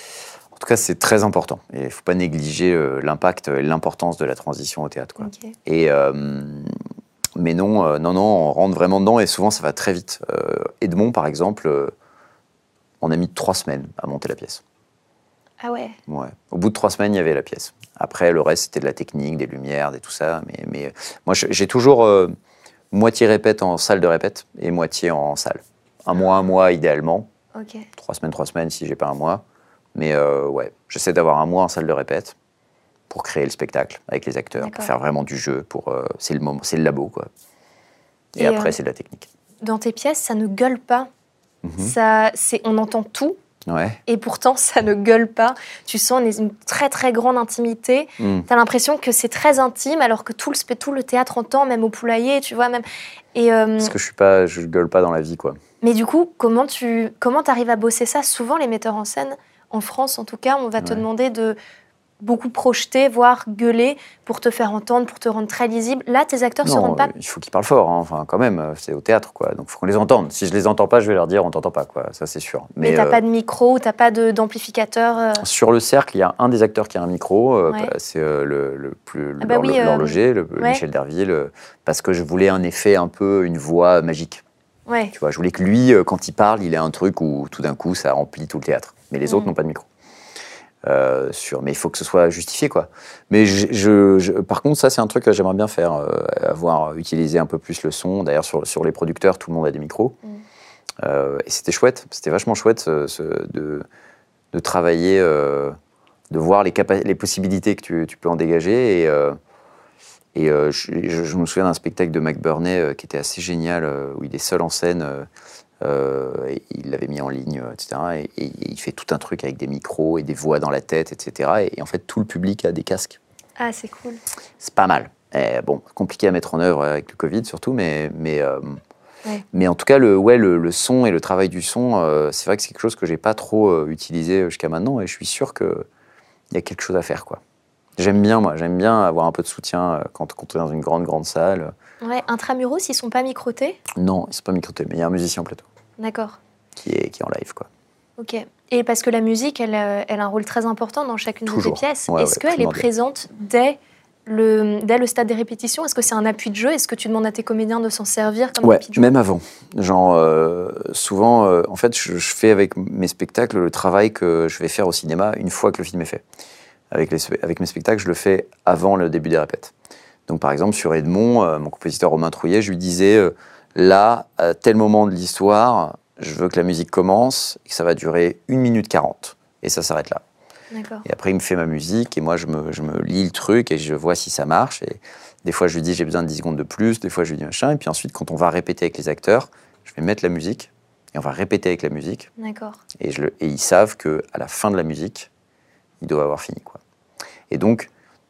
En tout cas, c'est très important. Et il ne faut pas négliger euh, l'impact et l'importance de la transition au théâtre, quoi. Okay. Et, euh, mais non, euh, non, non, on rentre vraiment dedans et souvent, ça va très vite. Euh, Edmond, par exemple, euh, on a mis trois semaines à monter la pièce. Ah ouais. Ouais. Au bout de trois semaines, il y avait la pièce. Après, le reste, c'était de la technique, des lumières, des tout ça. Mais, mais moi, j'ai toujours... Euh, moitié répète en salle de répète et moitié en salle. Un mois, un mois idéalement. Okay. Trois semaines, trois semaines si j'ai pas un mois. Mais euh, ouais, j'essaie d'avoir un mois en salle de répète pour créer le spectacle avec les acteurs, D'accord. pour faire vraiment du jeu. Pour euh, c'est le moment, c'est le labo, quoi. Et, et après, euh, c'est de la technique. Dans tes pièces, ça ne gueule pas. Mm-hmm. Ça, c'est, on entend tout. Ouais. Et pourtant, ça ne gueule pas. Tu sens une, une très, très grande intimité. Mm. Tu as l'impression que c'est très intime, alors que tout le, tout le théâtre entend, même au poulailler, tu vois. Même... Et, euh... Parce que je suis pas, je gueule pas dans la vie, quoi. Mais du coup, comment tu comment arrives à bosser ça? Souvent, les metteurs en scène, en France en tout cas, on va te ouais. demander de beaucoup projeter, voire gueuler pour te faire entendre, pour te rendre très lisible. Là, tes acteurs non, se rendent pas... il faut qu'ils parlent fort, hein. Enfin, quand même, c'est au théâtre, quoi. Donc, il faut qu'on les entende. Si je les entends pas, je vais leur dire, on t'entend pas, quoi. Ça, c'est sûr. Mais, Mais t'as euh... pas de micro, t'as pas de, d'amplificateur euh... Sur le cercle, il y a un des acteurs qui a un micro. Euh, ouais. C'est euh, le, le plus ah bah oui, l'horloger, euh... le, ouais. Michel Derville, euh, parce que je voulais un effet un peu, une voix magique. Ouais. Tu vois, je voulais que lui, quand il parle, il ait un truc où tout d'un coup, ça remplit tout le théâtre. Mais les mmh. autres n'ont pas de micro. Euh, sur, mais il faut que ce soit justifié, quoi. Mais je, je, je, par contre, ça, c'est un truc que j'aimerais bien faire, euh, avoir utilisé un peu plus le son. D'ailleurs, sur, sur les producteurs, tout le monde a des micros. Mm. Euh, et c'était chouette, c'était vachement chouette ce, ce, de, de travailler, euh, de voir les, capa- les possibilités que tu, tu peux en dégager. Et, euh, et euh, je, je, je me souviens d'un spectacle de McBurney euh, qui était assez génial, euh, où il est seul en scène. Euh, Euh, et il l'avait mis en ligne, et cetera. Et, et il fait tout un truc avec des micros et des voix dans la tête, et cetera. Et, et en fait, tout le public a des casques. Ah, c'est cool. C'est pas mal. Et bon, compliqué à mettre en œuvre avec le Covid surtout, mais, mais, euh, ouais. mais en tout cas, le, ouais, le, le son et le travail du son, euh, c'est vrai que c'est quelque chose que j'ai pas trop euh, utilisé jusqu'à maintenant. Et je suis sûr qu'il y a quelque chose à faire, quoi. J'aime bien, moi, j'aime bien avoir un peu de soutien euh, quand, quand on est dans une grande, grande salle. Ouais, Intramuros, ils sont pas microtés ? Non, ils sont pas microtés, mais il y a un musicien au plateau. D'accord. Qui est, qui est en live, quoi. Ok. Et parce que la musique, elle, elle a un rôle très important dans chacune Toujours. de tes pièces. Ouais, Est-ce ouais, qu'elle est présente dès le, dès le stade des répétitions ? Est-ce que c'est un appui de jeu ? Est-ce que tu demandes à tes comédiens de s'en servir comme ouais, appui de jeu ? Même avant. Genre, euh, souvent, euh, en fait, je, je fais avec mes spectacles le travail que je vais faire au cinéma une fois que le film est fait. Avec, les, avec mes spectacles, je le fais avant le début des répètes. Donc, par exemple, sur Edmond, euh, mon compositeur Romain Trouillet, je lui disais, euh, là, à tel moment de l'histoire, je veux que la musique commence et que ça va durer une minute quarante. Et ça s'arrête là. D'accord. Et après, il me fait ma musique et moi, je me, je me lis le truc et je vois si ça marche. Et des fois, je lui dis, j'ai besoin de dix secondes de plus. Des fois, je lui dis machin. Et puis ensuite, quand on va répéter avec les acteurs, je vais mettre la musique et on va répéter avec la musique. D'accord. Et, je le, et ils savent qu'à la fin de la musique, ils doivent avoir fini, quoi. Et donc,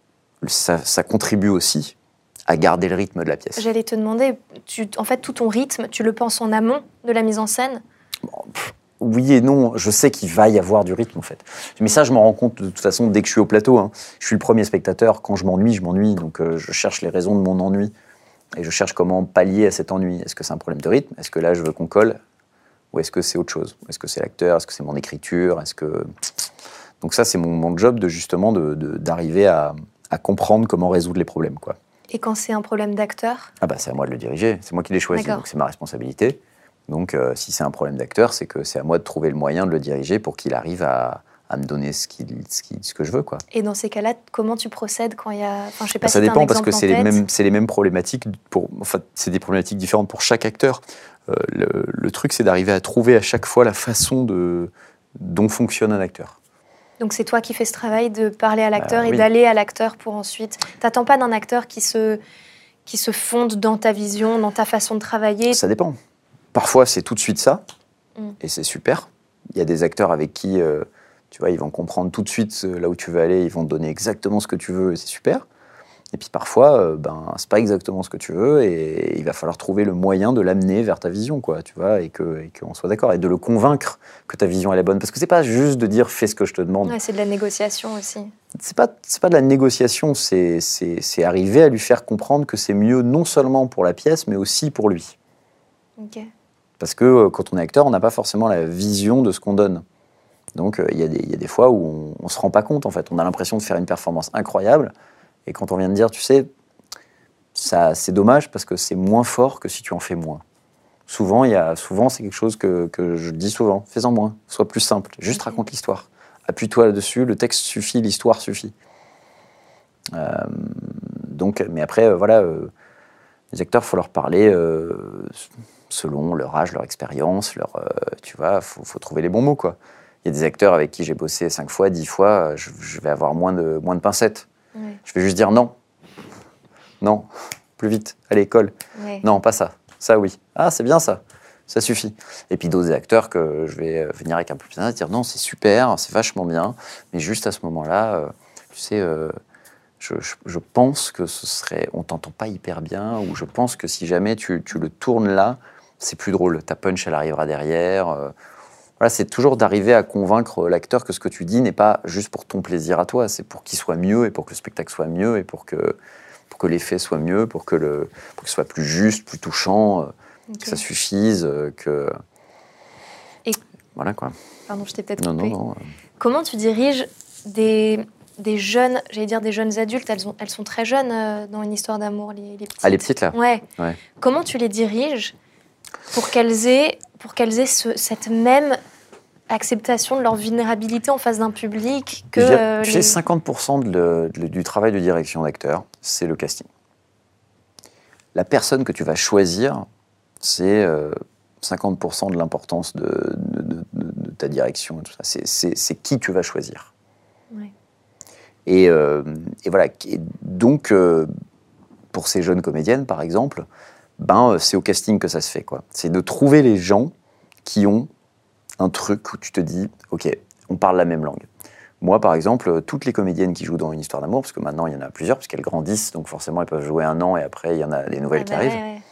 ça, ça contribue aussi à garder le rythme de la pièce. J'allais te demander, tu, en fait, tout ton rythme, tu le penses en amont de la mise en scène ? Bon, pff, oui et non, je sais qu'il va y avoir du rythme, en fait. Mais ça, je m'en rends compte de toute façon dès que je suis au plateau. Hein. Je suis le premier spectateur. Quand je m'ennuie, je m'ennuie. Donc, euh, je cherche les raisons de mon ennui. Et je cherche comment pallier à cet ennui. Est-ce que c'est un problème de rythme ? Est-ce que là, je veux qu'on colle ? Ou est-ce que c'est autre chose ? Est-ce que c'est l'acteur ? Est-ce que c'est mon écriture ? Est-ce que... Donc ça, c'est mon, mon job de, justement de, de, d'arriver à, à comprendre comment résoudre les problèmes, quoi. Et quand c'est un problème d'acteur ? Ah bah, c'est à moi de le diriger, c'est moi qui l'ai choisi, D'accord. Donc c'est ma responsabilité. Donc euh, si c'est un problème d'acteur, c'est que c'est à moi de trouver le moyen de le diriger pour qu'il arrive à, à me donner ce, qu'il, ce, qu'il, ce que je veux, quoi. Et dans ces cas-là, comment tu procèdes quand il y a... Enfin, je sais pas bah, si ça dépend, un parce que c'est les, mêmes, c'est les mêmes problématiques, pour... enfin, c'est des problématiques différentes pour chaque acteur. Euh, le, le truc, c'est d'arriver à trouver à chaque fois la façon de... dont fonctionne un acteur. Donc c'est toi qui fais ce travail de parler à l'acteur bah, et oui. d'aller à l'acteur pour ensuite... T'attends pas d'un acteur qui se, qui se fonde dans ta vision, dans ta façon de travailler ? Ça dépend. Parfois, c'est tout de suite ça, mm. et c'est super. Il y a des acteurs avec qui, euh, tu vois, ils vont comprendre tout de suite là où tu veux aller, ils vont te donner exactement ce que tu veux, et c'est super. Et puis parfois, euh, ben, c'est pas exactement ce que tu veux, et il va falloir trouver le moyen de l'amener vers ta vision, quoi, tu vois, et que, et qu'on soit d'accord, et de le convaincre que ta vision elle est bonne, parce que c'est pas juste de dire fais ce que je te demande. Ouais, c'est de la négociation aussi. C'est pas, c'est pas de la négociation, c'est, c'est, c'est arriver à lui faire comprendre que c'est mieux non seulement pour la pièce, mais aussi pour lui. Ok. Parce que euh, quand on est acteur, on n'a pas forcément la vision de ce qu'on donne. Donc il euh, y, y a des fois où on ne se rend pas compte, en fait. On a l'impression de faire une performance incroyable. Et quand on vient de dire, tu sais, ça, c'est dommage parce que c'est moins fort que si tu en fais moins. Souvent, y a, souvent c'est quelque chose que, que je dis souvent. Fais-en moins, sois plus simple. Juste okay. Raconte l'histoire. Appuie-toi là-dessus, le texte suffit, l'histoire suffit. Euh, donc, mais après, euh, voilà, euh, les acteurs, il faut leur parler euh, selon leur âge, leur expérience, leur, euh, tu vois, il faut, faut trouver les bons mots, quoi. Il y a des acteurs avec qui j'ai bossé cinq fois, dix fois, je, je vais avoir moins de, moins de pincettes. Oui. Je vais juste dire non. Non, plus vite, allez, colle. Oui. Non, pas ça. Ça, oui. Ah, c'est bien ça. Ça suffit. Et puis d'autres acteurs que je vais venir avec un peu plus de dire non, c'est super, c'est vachement bien, mais juste à ce moment-là, euh, tu sais, euh, je, je, je pense que ce serait, on t'entend pas hyper bien, ou je pense que si jamais tu, tu le tournes là, c'est plus drôle. Ta punch, elle arrivera derrière. Euh, Voilà, c'est toujours d'arriver à convaincre l'acteur que ce que tu dis n'est pas juste pour ton plaisir à toi, c'est pour qu'il soit mieux et pour que le spectacle soit mieux et pour que, pour que l'effet soit mieux, pour que, le, pour que ce soit plus juste, plus touchant, okay. Que ça suffise, que... Et... Voilà, quoi. Pardon, je t'ai peut-être non, coupé. Non, non. Comment tu diriges des, des jeunes, j'allais dire des jeunes adultes, elles, ont, elles sont très jeunes euh, dans Une histoire d'amour, les, les petites. Ah, les petites, là ? Ouais. ouais. Comment tu les diriges pour qu'elles aient, pour qu'elles aient ce, cette même acceptation de leur vulnérabilité en face d'un public que... Euh, tu sais, les... cinquante pour cent de, de, du travail de direction d'acteur, c'est le casting. La personne que tu vas choisir, c'est euh, cinquante pour cent de l'importance de, de, de, de ta direction. Et tout ça. C'est, c'est, c'est qui tu vas choisir. Ouais. Et, euh, et voilà. Et donc, euh, pour ces jeunes comédiennes, par exemple, ben, c'est au casting que ça se fait, quoi. C'est de trouver les gens qui ont un truc où tu te dis, OK, on parle la même langue. Moi, par exemple, toutes les comédiennes qui jouent dans Une histoire d'amour, parce que maintenant, il y en a plusieurs, parce qu'elles grandissent, donc forcément, elles peuvent jouer un an, et après, il y en a les nouvelles ah bah qui arrivent. Ouais, ouais.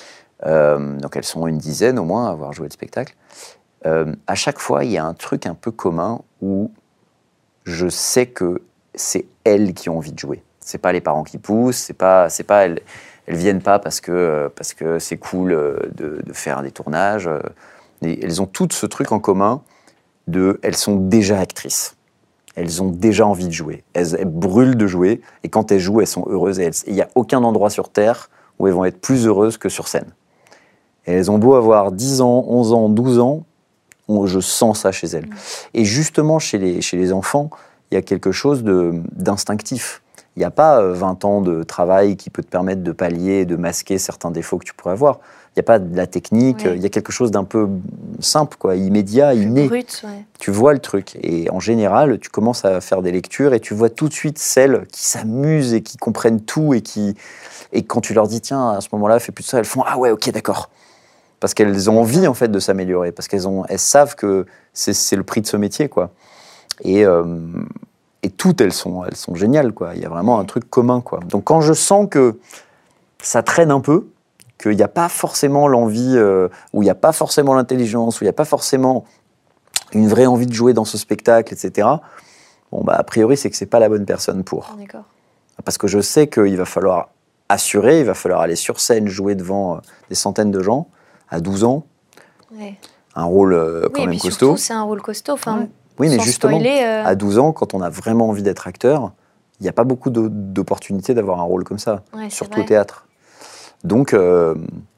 Euh, donc, elles sont une dizaine, au moins, à avoir joué le spectacle. Euh, à chaque fois, il y a un truc un peu commun où je sais que c'est elles qui ont envie de jouer. C'est pas les parents qui poussent, c'est pas... C'est pas elles, elles viennent pas parce que, parce que c'est cool de, de faire des tournages. Et elles ont toutes ce truc en commun de... Elles sont déjà actrices. Elles ont déjà envie de jouer. Elles, elles brûlent de jouer. Et quand elles jouent, elles sont heureuses. Et il n'y a aucun endroit sur Terre où elles vont être plus heureuses que sur scène. Et elles ont beau avoir dix ans, onze ans, douze ans, on, je sens ça chez elles. Mmh. Et justement, chez les, chez les enfants, il y a quelque chose de, d'instinctif. Il n'y a pas vingt ans de travail qui peut te permettre de pallier, de masquer certains défauts que tu pourrais avoir. Il n'y a pas de la technique, ouais. Il y a quelque chose d'un peu simple, quoi, immédiat, inné. Brut, ouais. Tu vois le truc. Et en général, tu commences à faire des lectures et tu vois tout de suite celles qui s'amusent et qui comprennent tout. Et, qui... et quand tu leur dis, tiens, à ce moment-là, fais plus de ça, elles font, ah ouais, ok, d'accord. Parce qu'elles ont envie, en fait, de s'améliorer. Parce qu'elles ont, elles savent que c'est, c'est le prix de ce métier, quoi. Et, euh, et toutes, elles sont, elles sont géniales, quoi. Il y a vraiment un truc commun, quoi. Donc, quand je sens que ça traîne un peu, qu'il n'y a pas forcément l'envie, euh, ou il n'y a pas forcément l'intelligence, ou il n'y a pas forcément une vraie envie de jouer dans ce spectacle, et cetera, bon, bah, a priori, c'est que ce n'est pas la bonne personne pour. D'accord. Parce que je sais qu'il va falloir assurer, il va falloir aller sur scène, jouer devant euh, des centaines de gens, à douze ans, ouais. Un rôle euh, quand oui, même et puis costaud. Surtout, c'est un rôle costaud. Enfin, oui, mais justement, spoiler, euh... à douze ans, quand on a vraiment envie d'être acteur, il n'y a pas beaucoup de, d'opportunités d'avoir un rôle comme ça, ouais, surtout au théâtre. Donc, euh,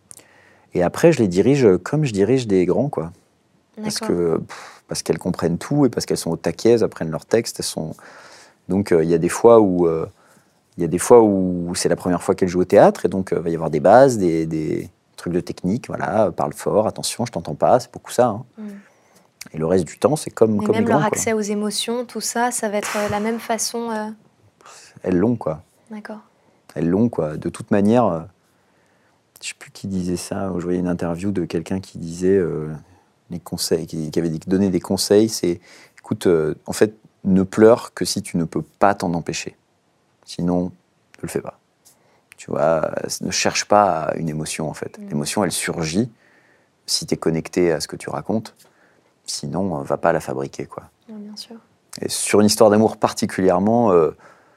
et après, je les dirige comme je dirige des grands, quoi. Parce que pff, parce qu'elles comprennent tout et parce qu'elles sont au taquet, elles apprennent leurs textes. Elles sont... Donc, il euh, y a des fois où il euh, y a des fois où c'est la première fois qu'elles jouent au théâtre et donc il euh, va y avoir des bases, des, des trucs de technique. Voilà, parle fort, attention, je t'entends pas, c'est beaucoup ça. Hein. Mm. Et le reste du temps, c'est comme et comme même les grands, leur accès quoi. aux émotions, tout ça, ça va être la même façon. Euh... Elles l'ont, quoi. D'accord. Elles l'ont, quoi. De toute manière. Euh, je ne sais plus qui disait ça, je voyais une interview de quelqu'un qui disait, euh, les conseils, qui, qui avait donné des conseils, c'est, écoute, euh, en fait, ne pleure que si tu ne peux pas t'en empêcher. Sinon, ne le fais pas. Tu vois, ne cherche pas une émotion, en fait. Mmh. L'émotion, elle surgit si tu es connecté à ce que tu racontes. Sinon, va pas la fabriquer, quoi. Oui, bien sûr. Et sur Une histoire d'amour particulièrement... Euh,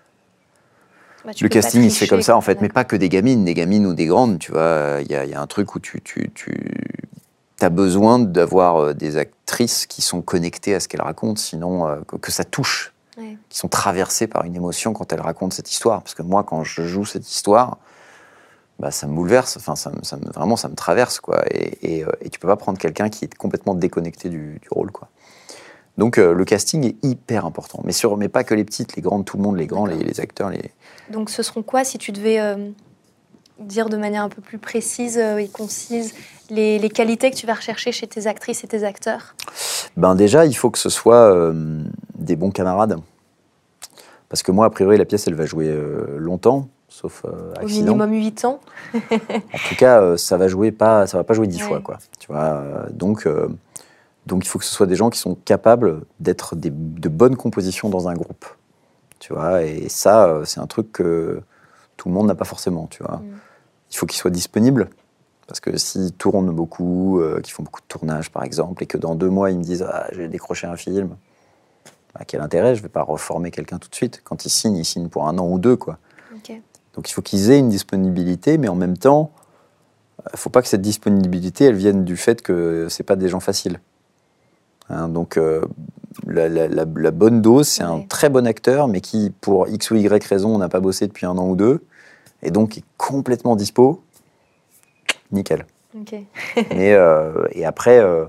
Bah, le casting, tricher, il se fait comme ça, en fait, mais pas que des gamines, des gamines ou des grandes, tu vois. Il y, y a un truc où tu, tu, tu as besoin d'avoir des actrices qui sont connectées à ce qu'elles racontent, sinon euh, que, que ça touche, ouais. Qui sont traversées par une émotion quand elles racontent cette histoire. Parce que moi, quand je joue cette histoire, bah, ça me bouleverse, enfin, ça, ça me, vraiment, ça me traverse, quoi. Et, et, et tu peux pas prendre quelqu'un qui est complètement déconnecté du, du rôle, quoi. Donc euh, le casting est hyper important, mais, sur, mais pas que les petites, les grandes, tout le monde, les grands, les, les acteurs. Les... Donc ce seront quoi, si tu devais euh, dire de manière un peu plus précise euh, et concise, les, les qualités que tu vas rechercher chez tes actrices et tes acteurs ? Ben déjà, il faut que ce soit euh, des bons camarades. Parce que moi, a priori, la pièce, elle va jouer euh, longtemps, sauf euh, accident. Au minimum huit ans. En tout cas, euh, ça va jouer pas, ça va pas jouer dix ouais. fois, quoi. Tu vois, euh, donc... Euh, Donc, il faut que ce soit des gens qui sont capables d'être des, de bonnes compositions dans un groupe. Tu vois, et ça, c'est un truc que tout le monde n'a pas forcément, tu vois. Mm. Il faut qu'ils soient disponibles, parce que s'ils tournent beaucoup, euh, qu'ils font beaucoup de tournages, par exemple, et que dans deux mois, ils me disent « Ah, j'ai décroché un film », bah, quel intérêt ? Je ne vais pas reformer quelqu'un tout de suite. Quand ils signent, ils signent pour un an ou deux, quoi. Okay. Donc, il faut qu'ils aient une disponibilité, mais en même temps, il ne faut pas que cette disponibilité, elle vienne du fait que ce n'est pas des gens faciles. Hein, donc, euh, la, la, la, la bonne dose, c'est ouais. un très bon acteur, mais qui, pour X ou Y raison, n'a pas bossé depuis un an ou deux, et donc est complètement dispo. Nickel. Okay. Mais, euh, et après, euh,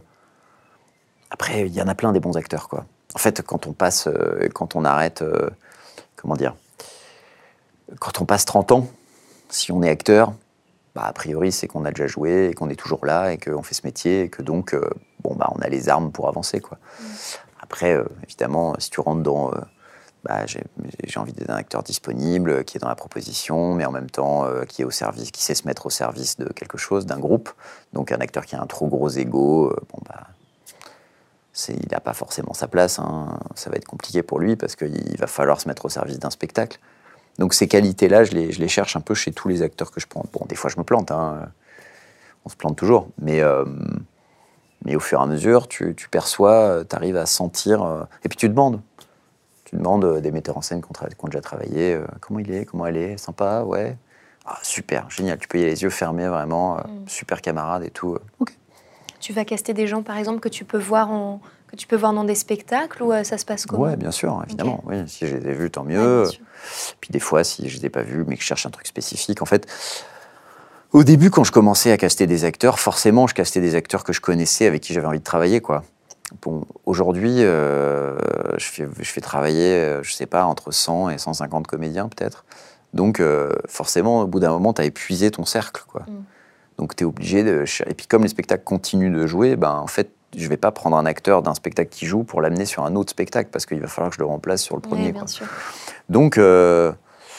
après, il y en a plein des bons acteurs, quoi. En fait, quand on passe, euh, quand on arrête, euh, comment dire, quand on passe trente ans, si on est acteur, bah, a priori, c'est qu'on a déjà joué, et qu'on est toujours là, et qu'on fait ce métier, et que donc, euh, bon, bah, on a les armes pour avancer, quoi. Mm. Après, euh, évidemment, si tu rentres dans... Euh, bah, j'ai, j'ai envie d'être un acteur disponible, qui est dans la proposition, mais en même temps, euh, qui est au service, qui sait se mettre au service de quelque chose, d'un groupe. Donc, un acteur qui a un trop gros ego, euh, bon, bah... C'est, il n'a pas forcément sa place, hein. Ça va être compliqué pour lui parce qu'il va falloir se mettre au service d'un spectacle. Donc ces qualités-là, je les, je les cherche un peu chez tous les acteurs que je prends. Bon, des fois je me plante, hein. On se plante toujours, mais, euh, mais au fur et à mesure, tu, tu perçois, tu arrives à sentir, euh, et puis tu demandes. Tu demandes des metteurs en scène qui ont, tra- qui ont déjà travaillé, euh, comment il est, comment elle est, sympa, ouais. Ah, super, génial, tu peux y aller les yeux fermés, vraiment, euh, mm. super camarade et tout. Ok. Tu vas caster des gens, par exemple, que tu peux voir, en, que tu peux voir dans des spectacles ou euh, ça se passe comment ? Ouais, bien sûr, évidemment. Okay. Oui, si je les ai vus, tant mieux. Ouais, puis des fois, si je ne les ai pas vus, mais que je cherche un truc spécifique. En fait, au début, quand je commençais à caster des acteurs, forcément, je castais des acteurs que je connaissais, avec qui j'avais envie de travailler, quoi. Bon, aujourd'hui, euh, je, fais, je fais travailler, je ne sais pas, entre cent et cent cinquante comédiens, peut-être. Donc, euh, forcément, au bout d'un moment, tu as épuisé ton cercle, quoi. Mm. Donc, tu es obligé de... Et puis, comme les spectacles continuent de jouer, ben, en fait, je ne vais pas prendre un acteur d'un spectacle qui joue pour l'amener sur un autre spectacle, parce qu'il va falloir que je le remplace sur le premier. Oui, bien quoi. sûr. Donc, euh...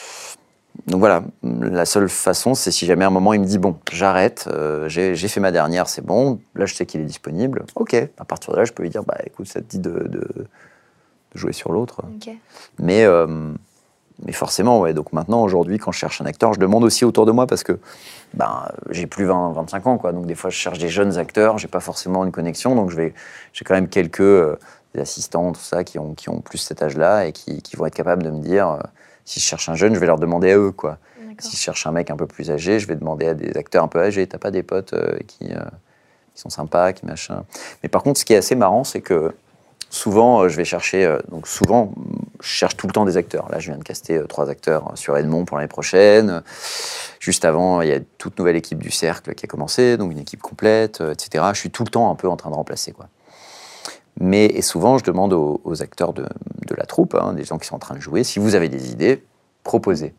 Donc, voilà. La seule façon, c'est si jamais à un moment, il me dit, bon, j'arrête, euh, j'ai, j'ai fait ma dernière, c'est bon, là, je sais qu'il est disponible. OK. À partir de là, je peux lui dire, bah, écoute, ça te dit de, de, de jouer sur l'autre. Okay. Mais... Euh... Mais forcément, ouais. Donc maintenant, aujourd'hui, quand je cherche un acteur, je demande aussi autour de moi parce que ben, j'ai plus vingt, vingt-cinq ans, quoi. Donc des fois, je cherche des jeunes acteurs, j'ai pas forcément une connexion, donc je vais, j'ai quand même quelques euh, assistants, tout ça, qui ont, qui ont plus cet âge-là et qui, qui vont être capables de me dire, euh, si je cherche un jeune, je vais leur demander à eux, quoi. D'accord. Si je cherche un mec un peu plus âgé, je vais demander à des acteurs un peu âgés. T'as pas des potes euh, qui, euh, qui sont sympas, qui machin. Mais par contre, ce qui est assez marrant, c'est que souvent, euh, je vais chercher, euh, donc souvent, je cherche tout le temps des acteurs. Là, je viens de caster euh, trois acteurs sur Edmond pour l'année prochaine. Juste avant, il y a une toute nouvelle équipe du Cercle qui a commencé, donc une équipe complète, euh, et cetera. Je suis tout le temps un peu en train de remplacer, quoi. Mais, et souvent, je demande aux, aux acteurs de, de la troupe, hein, des gens qui sont en train de jouer, si vous avez des idées, proposez.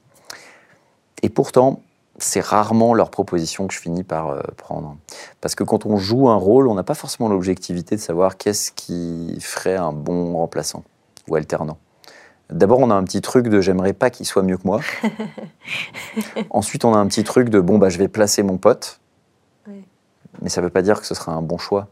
Et pourtant, c'est rarement leurs propositions que je finis par euh, prendre. Parce que quand on joue un rôle, on n'a pas forcément l'objectivité de savoir qu'est-ce qui ferait un bon remplaçant ou alternant. D'abord, on a un petit truc de « j'aimerais pas qu'il soit mieux que moi ». Ensuite, on a un petit truc de « bon, bah, je vais placer mon pote oui. ». Mais ça veut pas dire que ce sera un bon choix.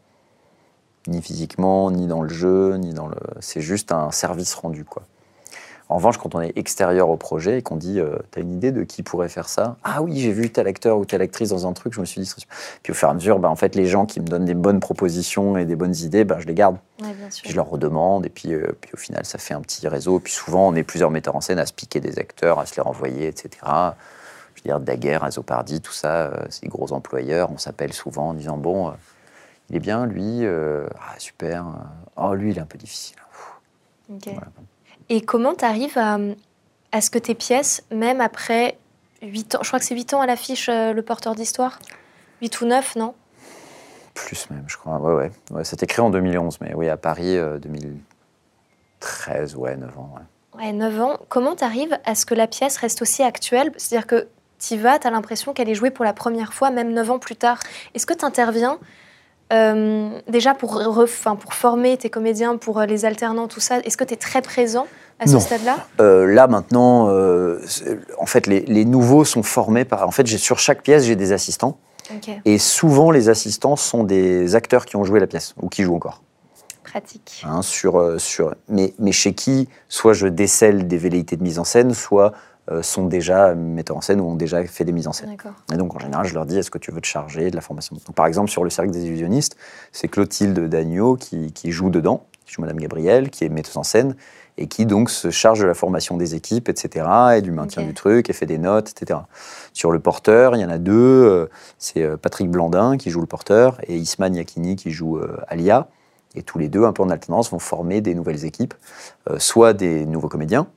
Ni physiquement, ni dans le jeu, ni dans le... C'est juste un service rendu, quoi. En revanche, quand on est extérieur au projet et qu'on dit euh, « t'as une idée de qui pourrait faire ça ?»« Ah oui, j'ai vu tel acteur ou telle actrice dans un truc, je me suis dit... » Puis au fur et à mesure, bah, en fait, les gens qui me donnent des bonnes propositions et des bonnes idées, bah, je les garde. Ouais, bien sûr. Puis je leur redemande et puis, euh, puis au final, ça fait un petit réseau. Puis souvent, on est plusieurs metteurs en scène à se piquer des acteurs, à se les renvoyer, et cetera. Je veux dire, Daguerre, Azopardi, tout ça, euh, c'est des gros employeurs. On s'appelle souvent en disant « bon, euh, il est bien, lui, euh, ah, super. Oh, lui, il est un peu difficile. » Okay. Voilà. Et comment tu arrives à, à ce que tes pièces, même après huit ans, je crois que c'est huit ans à l'affiche, euh, Le Porteur d'Histoire, huit ou neuf, non? Plus même, je crois. Ouais, ouais. ouais c'était créé en deux mille onze, mais oui, à Paris, euh, deux mille treize, ouais, neuf ans. Ouais, ouais neuf ans. Comment tu arrives à ce que la pièce reste aussi actuelle? C'est-à-dire que tu y vas, tu as l'impression qu'elle est jouée pour la première fois, même neuf ans plus tard. Est-ce que tu interviens Euh, déjà pour, ref, pour former tes comédiens, pour les alternants, tout ça, est-ce que tu es très présent à ce non. stade-là? euh, Là, maintenant, euh, en fait, les, les nouveaux sont formés par... En fait, j'ai, sur chaque pièce, j'ai des assistants. Okay. Et souvent, les assistants sont des acteurs qui ont joué la pièce, ou qui jouent encore. Pratique. Hein, sur, sur, mais, mais chez qui, soit je décèle des velléités de mise en scène, soit... Euh, sont déjà metteurs en scène ou ont déjà fait des mises en scène. D'accord. Et donc, en général, je leur dis, est-ce que tu veux te charger de la formation? Donc, par exemple, sur le Cercle des illusionnistes, c'est Clotilde Dagneau qui, qui joue dedans, qui joue Madame Gabrielle, qui est metteuse en scène, et qui donc se charge de la formation des équipes, et cetera, et du maintien okay. du truc, et fait des notes, et cetera. Sur le porteur, il y en a deux, euh, c'est Patrick Blandin qui joue le porteur, et Isma Niakini qui joue euh, Alia, et tous les deux, un peu en alternance, vont former des nouvelles équipes, euh, soit des nouveaux comédiens,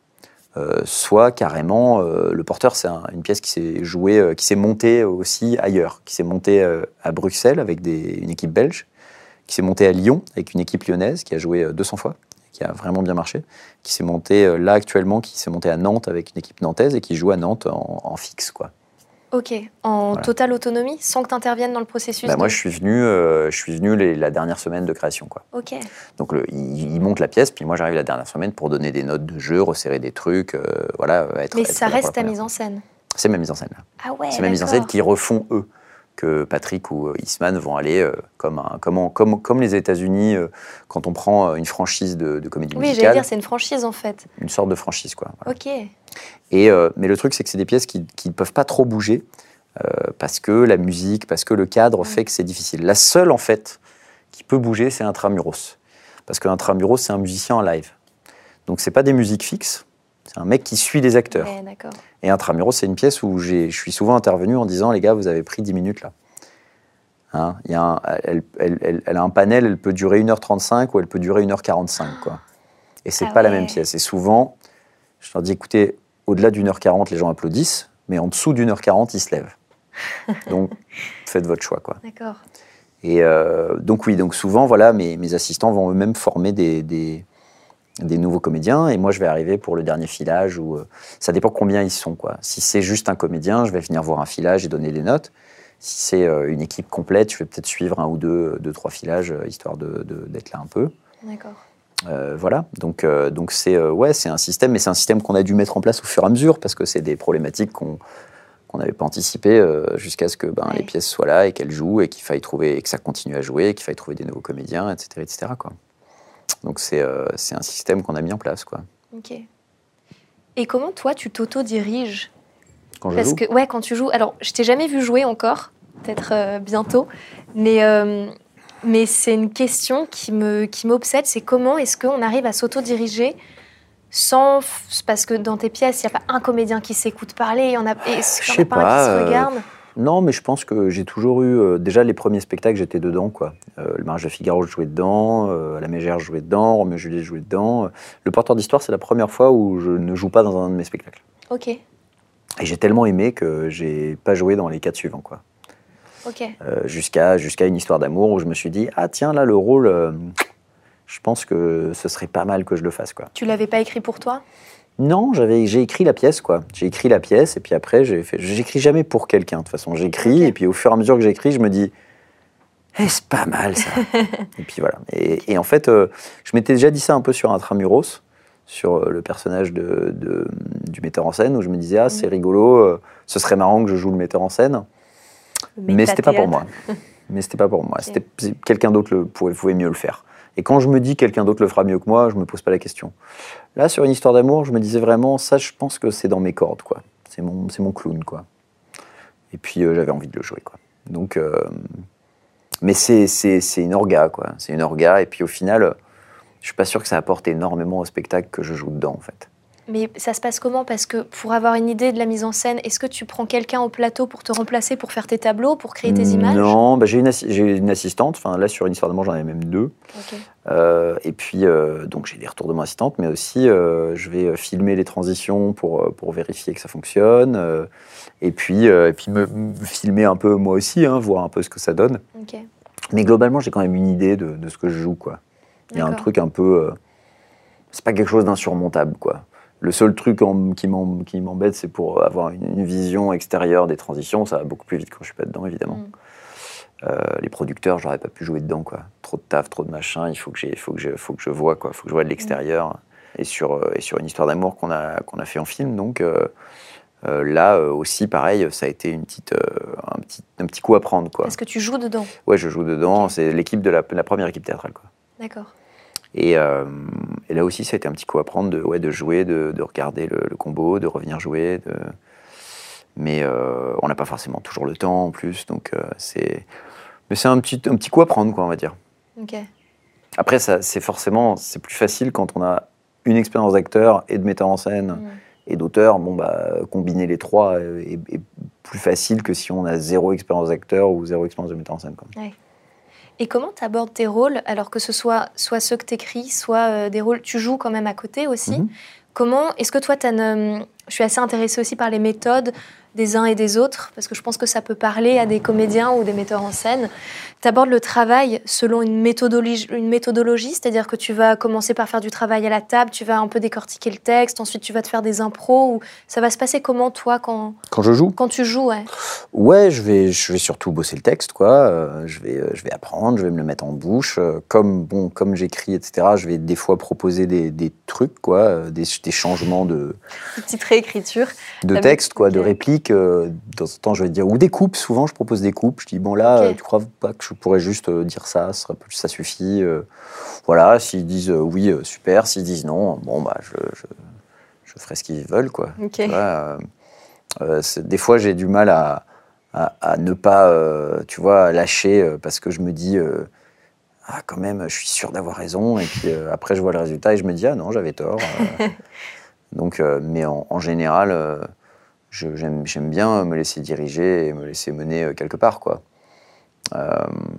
Euh, soit carrément, euh, le porteur, c'est un, une pièce qui s'est jouée, euh, qui s'est montée aussi ailleurs, qui s'est montée euh, à Bruxelles avec des, une équipe belge, qui s'est montée à Lyon avec une équipe lyonnaise qui a joué euh, deux cents fois, qui a vraiment bien marché, qui s'est montée euh, là actuellement, qui s'est montée à Nantes avec une équipe nantaise et qui joue à Nantes en, en fixe, quoi. Ok, en Voilà. totale autonomie, sans que tu interviennes dans le processus Bah, de... Moi, je suis venu, euh, je suis venu les, la dernière semaine de création, quoi. Ok. Donc, le, il, il monte la pièce, puis moi, j'arrive la dernière semaine pour donner des notes de jeu, resserrer des trucs, euh, voilà, être. Mais être ça là pour reste la ta première mise fois. en scène. C'est ma mise en scène. Là. Ah ouais, C'est ma mise en scène qui refont eux, que Patrick ou Eastman vont aller euh, comme, un, comme, comme, comme les États-Unis euh, quand on prend une franchise de, de comédie Oui, musicale. j'allais dire, c'est une franchise en fait. Une sorte de franchise, quoi. Voilà. Ok. Et, euh, mais le truc, c'est que c'est des pièces qui ne peuvent pas trop bouger. Euh, parce que la musique, parce que le cadre fait que c'est difficile. La seule, en fait, qui peut bouger, c'est Intramuros. Parce que Intramuros, c'est un musicien en live. Donc, c'est pas des musiques fixes, c'est un mec qui suit les acteurs. Ouais, d'accord. Et Intramuros, c'est une pièce où je suis souvent intervenu en disant, les gars, vous avez pris dix minutes, là. Hein, y a un, elle, elle, elle, elle a un panel, elle peut durer une heure trente-cinq ou elle peut durer une heure quarante-cinq, quoi. Et c'est Ah pas ouais. la même pièce. Et souvent, je leur dis, écoutez, au-delà d'une heure quarante, les gens applaudissent, mais en dessous d'une heure quarante, ils se lèvent. Donc, faites votre choix, quoi. D'accord. Et euh, donc oui, donc souvent, voilà, mes, mes assistants vont eux-mêmes former des, des, des nouveaux comédiens, et moi, je vais arriver pour le dernier filage, où euh, ça dépend combien ils sont, quoi. Si c'est juste un comédien, je vais venir voir un filage et donner des notes. Si c'est euh, une équipe complète, je vais peut-être suivre un ou deux, deux trois filages, euh, histoire de, de, d'être là un peu. D'accord. Euh, voilà, donc euh, donc c'est euh, ouais, c'est un système, mais c'est un système qu'on a dû mettre en place au fur et à mesure, parce que c'est des problématiques qu'on qu'on n'avait pas anticipé euh, jusqu'à ce que ben, Ouais. les pièces soient là et qu'elles jouent et qu'il faille trouver et que ça continue à jouer et qu'il faille trouver des nouveaux comédiens, et cetera, et cetera quoi. Donc c'est euh, c'est un système qu'on a mis en place, quoi. Ok. Et comment toi tu t'auto-diriges? Quand je Parce joue, que ouais, quand tu joues, alors je t'ai jamais vu jouer encore, peut-être euh, bientôt, mais euh, mais c'est une question qui me qui m'obsède, c'est comment est-ce qu'on arrive à s'auto-diriger sans, parce que dans tes pièces, il n'y a pas un comédien qui s'écoute parler, il y en a, et je il y en sais a pas un pas. qui se euh, regarde. Non, mais je pense que j'ai toujours eu euh, déjà les premiers spectacles, j'étais dedans, quoi. Euh, le Mariage de Figaro, je jouais dedans. Euh, la Mégère, je jouais dedans. Roméo et Juliette, je jouais dedans. Euh, le Porteur d'Histoire, c'est la première fois où je ne joue pas dans un de mes spectacles. Ok, Et j'ai tellement aimé que j'ai pas joué dans les quatre suivants, quoi. ok. Euh, jusqu'à jusqu'à Une histoire d'amour où je me suis dit ah tiens là le rôle, euh, je pense que ce serait pas mal que je le fasse, quoi. Tu l'avais pas écrit pour toi? Non, j'avais j'ai écrit la pièce, quoi. J'ai écrit la pièce et puis après j'ai fait j'écris jamais pour quelqu'un de toute façon. J'écris Ok. et puis au fur et à mesure que j'écris, je me dis eh, c'est pas mal ça. Et puis voilà. Et, et en fait, euh, je m'étais déjà dit ça un peu sur Intramuros, sur euh, le personnage de, de- du metteur en scène, où je me disais ah c'est rigolo, euh, ce serait marrant que je joue le metteur en scène. Mais c'était pas pour moi. Mais c'était pas pour moi. Ok. C'était c'est- quelqu'un d'autre le pouvait, pouvait mieux le faire. Et quand je me dis quelqu'un d'autre le fera mieux que moi, je me pose pas la question. Là, sur Une histoire d'amour, je me disais vraiment ça, je pense que c'est dans mes cordes, quoi. C'est mon, c'est mon clown, quoi. Et puis euh, j'avais envie de le jouer, quoi. Donc, euh, mais c'est, c'est, c'est une orga, quoi. C'est une orga. Et puis au final, euh, je suis pas sûr que ça apporte énormément au spectacle que je joue dedans, en fait. Mais ça se passe comment? Parce que pour avoir une idée de la mise en scène, est-ce que tu prends quelqu'un au plateau pour te remplacer, pour faire tes tableaux, pour créer tes images? Non, bah, j'ai, une assi- j'ai une assistante. Enfin, là, sur Une histoire d'amour, j'en ai même deux. Ok. Euh, et puis, euh, donc j'ai des retours de mon assistante, mais aussi euh, je vais filmer les transitions pour, euh, pour vérifier que ça fonctionne. euh, et puis, euh, et puis me, me filmer un peu moi aussi, hein, voir un peu ce que ça donne. Ok. Mais globalement, j'ai quand même une idée de, de ce que je joue, quoi. Il y a un D'accord. truc un peu... euh, c'est pas quelque chose d'insurmontable, quoi. Le seul truc en- qui m'em- qui m'embête, c'est pour avoir une, une vision extérieure des transitions. Ça va beaucoup plus vite quand je suis pas dedans, évidemment. Mm. Euh, les producteurs, j'aurais pas pu jouer dedans, quoi. Trop de taf, trop de machin. Il faut que j'ai, faut que je, faut que je vois, quoi. Faut que je vois de l'extérieur. Et sur euh, et sur Une histoire d'amour qu'on a qu'on a fait en film, donc euh, euh, là euh, aussi, pareil, ça a été une petite, euh, un petit un petit coup à prendre, quoi. Parce que tu joues dedans. Ouais, je joue dedans. Ok. C'est l'équipe de la, la première équipe théâtrale, quoi. D'accord. Et, euh, et là aussi, ça a été un petit coup à prendre de, ouais, de jouer, de, de regarder le, le combo, de revenir jouer. De... Mais euh, on n'a pas forcément toujours le temps en plus, donc euh, c'est. Mais c'est un petit, un petit coup à prendre, quoi, on va dire. Ok. Après, ça, c'est forcément, c'est plus facile quand on a une expérience d'acteur et de metteur en scène Mm. et d'auteur. Bon, bah, combiner les trois est, est plus facile que si on a zéro expérience d'acteur ou zéro expérience de metteur en scène, quoi. Ouais. Et comment tu abordes tes rôles, alors que ce soit, soit ceux que tu écris, soit euh, des rôles... Tu joues quand même à côté aussi. Mm-hmm. Comment... Est-ce que toi, t'as une... je suis assez intéressée aussi par les méthodes des uns et des autres, parce que je pense que ça peut parler à des comédiens ou des metteurs en scène. Tu abordes le travail selon une méthodologie, une méthodologie, c'est-à-dire que tu vas commencer par faire du travail à la table, tu vas un peu décortiquer le texte, ensuite tu vas te faire des impros. Ou... Ça va se passer comment, toi, quand, quand je joue Quand tu joues, ouais. Ouais, je vais, je vais surtout bosser le texte, quoi. Euh, je, vais, je vais apprendre, je vais me le mettre en bouche. Euh, comme, bon, comme j'écris, et cetera, je vais des fois proposer des, des trucs, quoi, des, des changements de... Des petites réécritures. De texte, quoi, okay. de répliques. Euh, de temps en temps, je vais dire... Ou des coupes, souvent, je propose des coupes. Je dis, bon, là, okay. tu crois pas que je pourrais juste dire ça, ça, ça suffit euh, Voilà, s'ils disent euh, oui, euh, super. S'ils disent non, bon, bah, je, je, je ferai ce qu'ils veulent, quoi. Okay. Tu vois, euh, euh, des fois, j'ai du mal à... À, à ne pas, euh, tu vois, lâcher euh, parce que je me dis, euh, ah, quand même, je suis sûr d'avoir raison. Et puis euh, après, je vois le résultat et je me dis, ah non, j'avais tort. Euh, donc, euh, mais en, en général, euh, je, j'aime, j'aime bien me laisser diriger et me laisser mener euh, quelque part, quoi. Euh,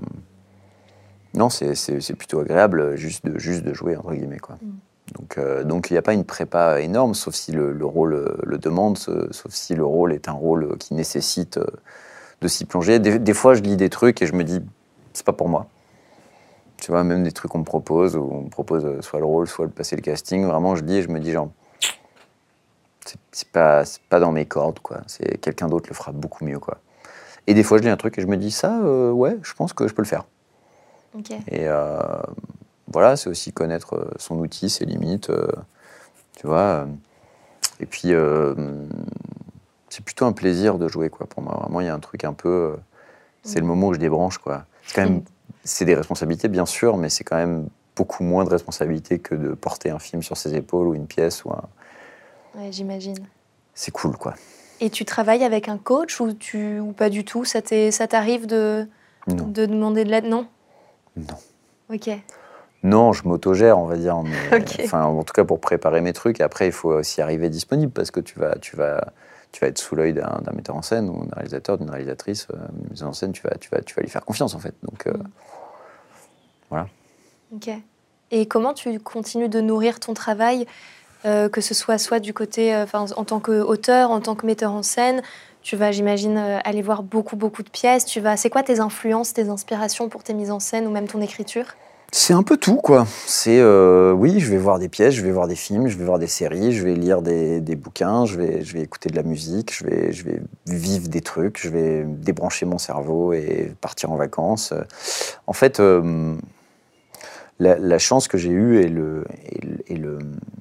non, c'est, c'est, c'est plutôt agréable juste de, juste de jouer, entre guillemets, quoi. Mm. Donc, euh, donc, il n'y a pas une prépa énorme, sauf si le, le rôle le demande, sauf si le rôle est un rôle qui nécessite de s'y plonger. Des, des fois, je lis des trucs et je me dis, c'est pas pour moi. Tu vois, même des trucs qu'on me propose, où on me propose soit le rôle, soit de passer le casting, vraiment, je lis et je me dis, genre, c'est, c'est, pas, c'est pas dans mes cordes, quoi. C'est, quelqu'un d'autre le fera beaucoup mieux, quoi. Et des fois, je lis un truc et je me dis, ça, euh, ouais, je pense que je peux le faire. Okay. Et euh, voilà, c'est aussi connaître son outil, ses limites, euh, tu vois. Et puis, euh, c'est plutôt un plaisir de jouer, quoi, pour moi. Vraiment, il y a un truc un peu... C'est mmh. le moment où je débranche, quoi. C'est quand même... Mmh. C'est des responsabilités, bien sûr, mais c'est quand même beaucoup moins de responsabilités que de porter un film sur ses épaules ou une pièce ou un... Ouais, j'imagine. C'est cool, quoi. Et tu travailles avec un coach ou, tu... ou pas du tout? Ça, t'est... Ça t'arrive de... de demander de l'aide? Non. Non. Ok. Non, je m'autogère, on va dire. Mais, okay. Enfin, en tout cas, pour préparer mes trucs. Et après, il faut aussi arriver disponible parce que tu vas, tu vas, tu vas être sous l'œil d'un, d'un metteur en scène ou d'un réalisateur, d'une réalisatrice. Euh, une mise en scène, tu vas, tu, vas, tu vas lui faire confiance, en fait. Donc, euh, mm. voilà. Ok. Et comment tu continues de nourrir ton travail, euh, que ce soit soit du côté, euh, en tant qu'auteur, en tant que metteur en scène? Tu vas, j'imagine, euh, aller voir beaucoup, beaucoup de pièces. Tu vas... C'est quoi tes influences, tes inspirations pour tes mises en scène ou même ton écriture? C'est un peu tout, quoi. C'est, euh, oui, je vais voir des pièces, je vais voir des films, je vais voir des séries, je vais lire des, des bouquins, je vais, je vais écouter de la musique, je vais, je vais vivre des trucs, je vais débrancher mon cerveau et partir en vacances. En fait, euh, la, la chance que j'ai eue et, le, et, et, le,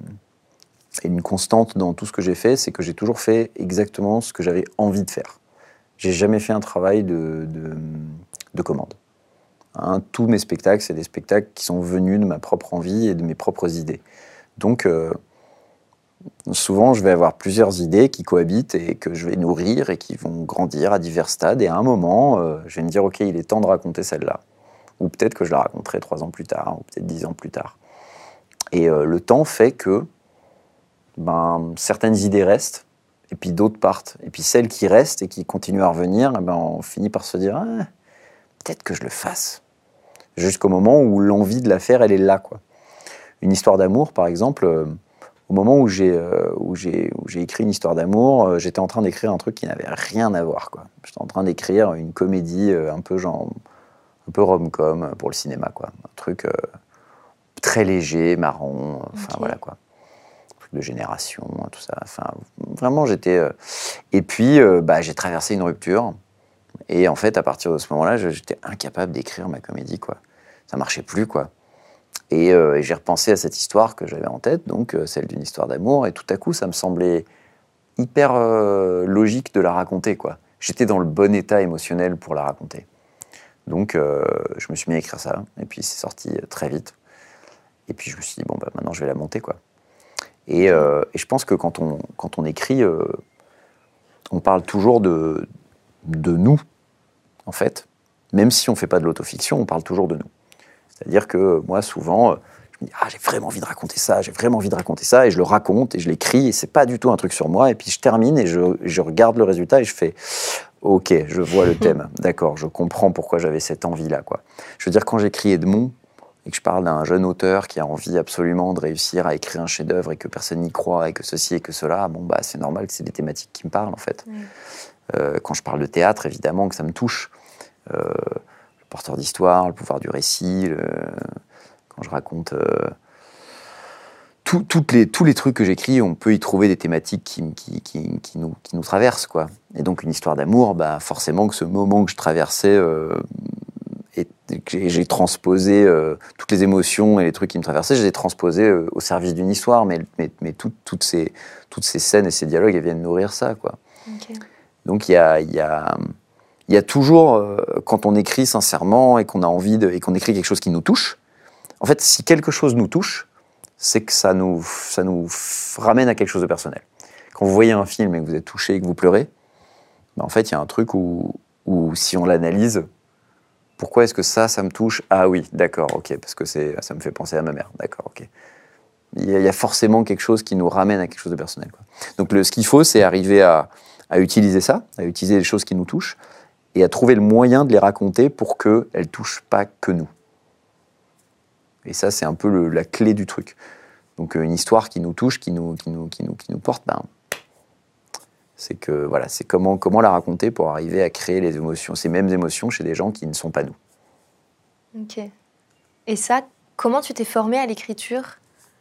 et une constante dans tout ce que j'ai fait, c'est que j'ai toujours fait exactement ce que j'avais envie de faire. J'ai jamais fait un travail de, de, de commande. Hein, tous mes spectacles, c'est des spectacles qui sont venus de ma propre envie et de mes propres idées. Donc, euh, souvent, je vais avoir plusieurs idées qui cohabitent et que je vais nourrir et qui vont grandir à divers stades. Et à un moment, euh, je vais me dire, OK, il est temps de raconter celle-là. Ou peut-être que je la raconterai trois ans plus tard, ou peut-être dix ans plus tard. Et euh, le temps fait que ben, certaines idées restent, et puis d'autres partent. Et puis celles qui restent et qui continuent à revenir, eh ben, on finit par se dire, ah, peut-être que je le fasse. Jusqu'au moment où l'envie de la faire, elle est là, quoi. Une histoire d'amour, par exemple, euh, au moment où j'ai, euh, où, j'ai, où j'ai écrit une histoire d'amour, euh, j'étais en train d'écrire un truc qui n'avait rien à voir, quoi. J'étais en train d'écrire une comédie euh, un peu genre, un peu rom-com pour le cinéma, quoi. Un truc euh, très léger, marrant, enfin okay. voilà, quoi. Un truc de génération, tout ça. Enfin, vraiment, j'étais... Euh... Et puis, euh, bah, j'ai traversé une rupture. Et en fait, à partir de ce moment-là, j'étais incapable d'écrire ma comédie, quoi. Ça marchait plus, quoi. Et, euh, et j'ai repensé à cette histoire que j'avais en tête, donc euh, celle d'une histoire d'amour, et tout à coup, ça me semblait hyper euh, logique de la raconter, quoi. J'étais dans le bon état émotionnel pour la raconter. Donc, euh, je me suis mis à écrire ça, et puis c'est sorti très vite. Et puis je me suis dit, bon, bah, maintenant, je vais la monter, quoi. Et, euh, et je pense que quand on, quand on écrit, euh, on parle toujours de, de nous, en fait. Même si on ne fait pas de l'autofiction, on parle toujours de nous. C'est-à-dire que moi, souvent, je me dis « Ah, j'ai vraiment envie de raconter ça, j'ai vraiment envie de raconter ça », et je le raconte, et je l'écris, et c'est pas du tout un truc sur moi, et puis je termine, et je, je regarde le résultat, et je fais Ok, je vois le thème. D'accord, je comprends pourquoi j'avais cette envie-là, quoi. Je veux dire, quand j'écris Edmond, et que je parle d'un jeune auteur qui a envie absolument de réussir à écrire un chef-d'œuvre et que personne n'y croit et que ceci et que cela, bon, bah, c'est normal que c'est des thématiques qui me parlent, en fait. Mm. Euh, quand je parle de théâtre, évidemment que ça me touche. Euh, le porteur d'histoire, le pouvoir du récit, le... quand je raconte... Euh... Tout, toutes les, tous les trucs que j'écris, on peut y trouver des thématiques qui, qui, qui, qui, nous, qui nous traversent, quoi. Et donc, une histoire d'amour, bah, forcément que ce moment que je traversais, euh, et que j'ai transposé euh, toutes les émotions et les trucs qui me traversaient, je les ai transposés euh, au service d'une histoire, mais, mais, mais tout, toutes, ces, toutes ces scènes et ces dialogues, elles viennent nourrir ça, quoi. Okay. Donc, il y a, y, a, y a toujours, euh, quand on écrit sincèrement et qu'on a envie de, et qu'on écrit quelque chose qui nous touche, en fait, si quelque chose nous touche, c'est que ça nous, ça nous ramène à quelque chose de personnel. Quand vous voyez un film et que vous êtes touché et que vous pleurez, ben en fait, il y a un truc où, où si on l'analyse, pourquoi est-ce que ça, ça me touche ? Ah oui, d'accord, ok, parce que c'est, ça me fait penser à ma mère, d'accord, ok. Il y, a, il y a forcément quelque chose qui nous ramène à quelque chose de personnel, quoi. Donc le, ce qu'il faut, c'est arriver à, à utiliser ça, à utiliser les choses qui nous touchent, et à trouver le moyen de les raconter pour qu'elles ne touchent pas que nous. Et ça, c'est un peu le, la clé du truc. Donc, une histoire qui nous touche, qui nous, qui nous, qui nous, qui nous porte, ben, c'est que voilà, c'est comment, comment la raconter pour arriver à créer les émotions, ces mêmes émotions chez des gens qui ne sont pas nous. Ok. Et ça, comment tu t'es formé à l'écriture ?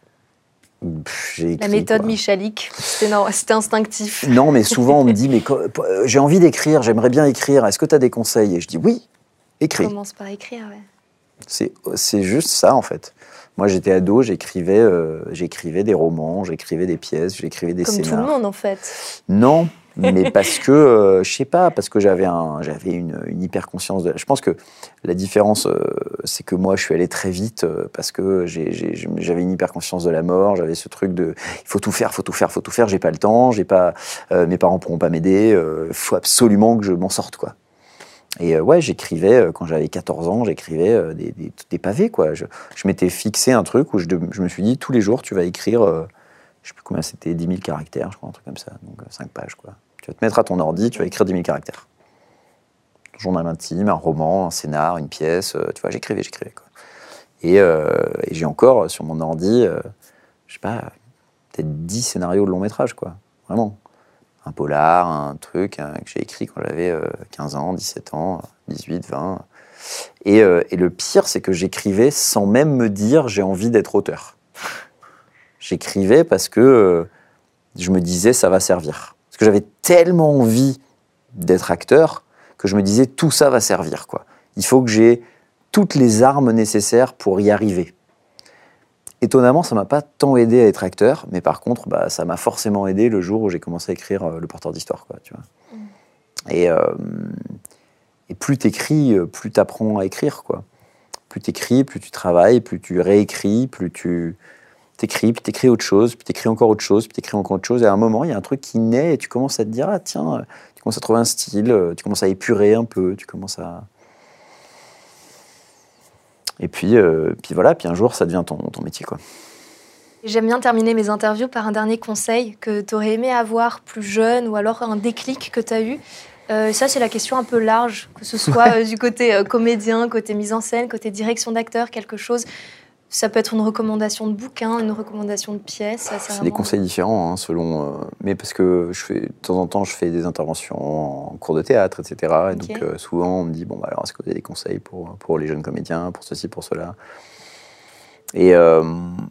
Pff, j'ai écrit, la méthode quoi. Michalik, c'était, non, c'était instinctif. Non, mais souvent on me dit, mais j'ai envie d'écrire, j'aimerais bien écrire, est-ce que tu as des conseils ? Et je dis oui, écris. Commence par écrire, ouais. C'est, c'est juste ça, en fait. Moi, j'étais ado, j'écrivais, euh, j'écrivais des romans, j'écrivais des pièces, j'écrivais des Comme scénars. Comme tout le monde, en fait. Non, mais parce que, euh, je sais pas, parce que j'avais, un, j'avais une, une hyper-conscience. De... Je pense que la différence, euh, c'est que moi, je suis allé très vite euh, parce que j'ai, j'ai, j'avais une hyper-conscience de la mort, j'avais ce truc de il faut tout faire, faut tout faire, faut tout faire, j'ai pas le temps, j'ai pas, euh, mes parents pourront pas m'aider, il euh, faut absolument que je m'en sorte, quoi. Et euh, ouais, j'écrivais, euh, quand j'avais quatorze ans, j'écrivais euh, des, des, des pavés, quoi. Je, je m'étais fixé un truc où je, je me suis dit, tous les jours, tu vas écrire, euh, je sais plus combien c'était, dix mille caractères, je crois, un truc comme ça, donc euh, cinq pages, quoi. Tu vas te mettre à ton ordi, tu vas écrire dix mille caractères. Un journal intime, un roman, un scénar, une pièce, euh, tu vois, j'écrivais, j'écrivais, quoi. Et, euh, et j'ai encore, sur mon ordi, euh, je sais pas, peut-être dix scénarios de long métrage, quoi, vraiment. Un polar, un truc hein, que j'ai écrit quand j'avais euh, quinze ans, dix-sept ans, dix-huit, vingt. Et, euh, et le pire, c'est que j'écrivais sans même me dire j'ai envie d'être auteur. J'écrivais parce que euh, je me disais ça va servir. Parce que j'avais tellement envie d'être acteur que je me disais tout ça va servir, quoi. Il faut que j'ai toutes les armes nécessaires pour y arriver. Étonnamment, ça ne m'a pas tant aidé à être acteur, mais par contre, bah, ça m'a forcément aidé le jour où j'ai commencé à écrire euh, Le Porteur d'Histoire, quoi, tu vois. Mm. Et, euh, et plus tu écris, plus tu apprends à écrire, quoi. Plus tu écris, plus tu travailles, plus tu réécris, plus tu t'écris, puis tu écris autre chose, puis tu écris encore autre chose, puis tu écris encore autre chose. Et à un moment, il y a un truc qui naît et tu commences à te dire, ah tiens, tu commences à trouver un style, tu commences à épurer un peu, tu commences à... Et puis, euh, puis voilà, puis un jour, ça devient ton, ton métier, quoi. J'aime bien terminer mes interviews par un dernier conseil que tu aurais aimé avoir plus jeune ou alors un déclic que tu as eu. Euh, ça, c'est la question un peu large, que ce soit euh, du côté euh, comédien, côté mise en scène, côté direction d'acteur, quelque chose. Ça peut être une recommandation de bouquin, une recommandation de pièce. Ça, c'est c'est vraiment... des conseils différents, hein, selon... Euh, mais parce que je fais, de temps en temps, je fais des interventions en cours de théâtre, et cetera. Et okay. Donc, euh, souvent, on me dit, bon, bah, alors, est-ce que vous avez des conseils pour, pour les jeunes comédiens, pour ceci, pour cela ? Et euh,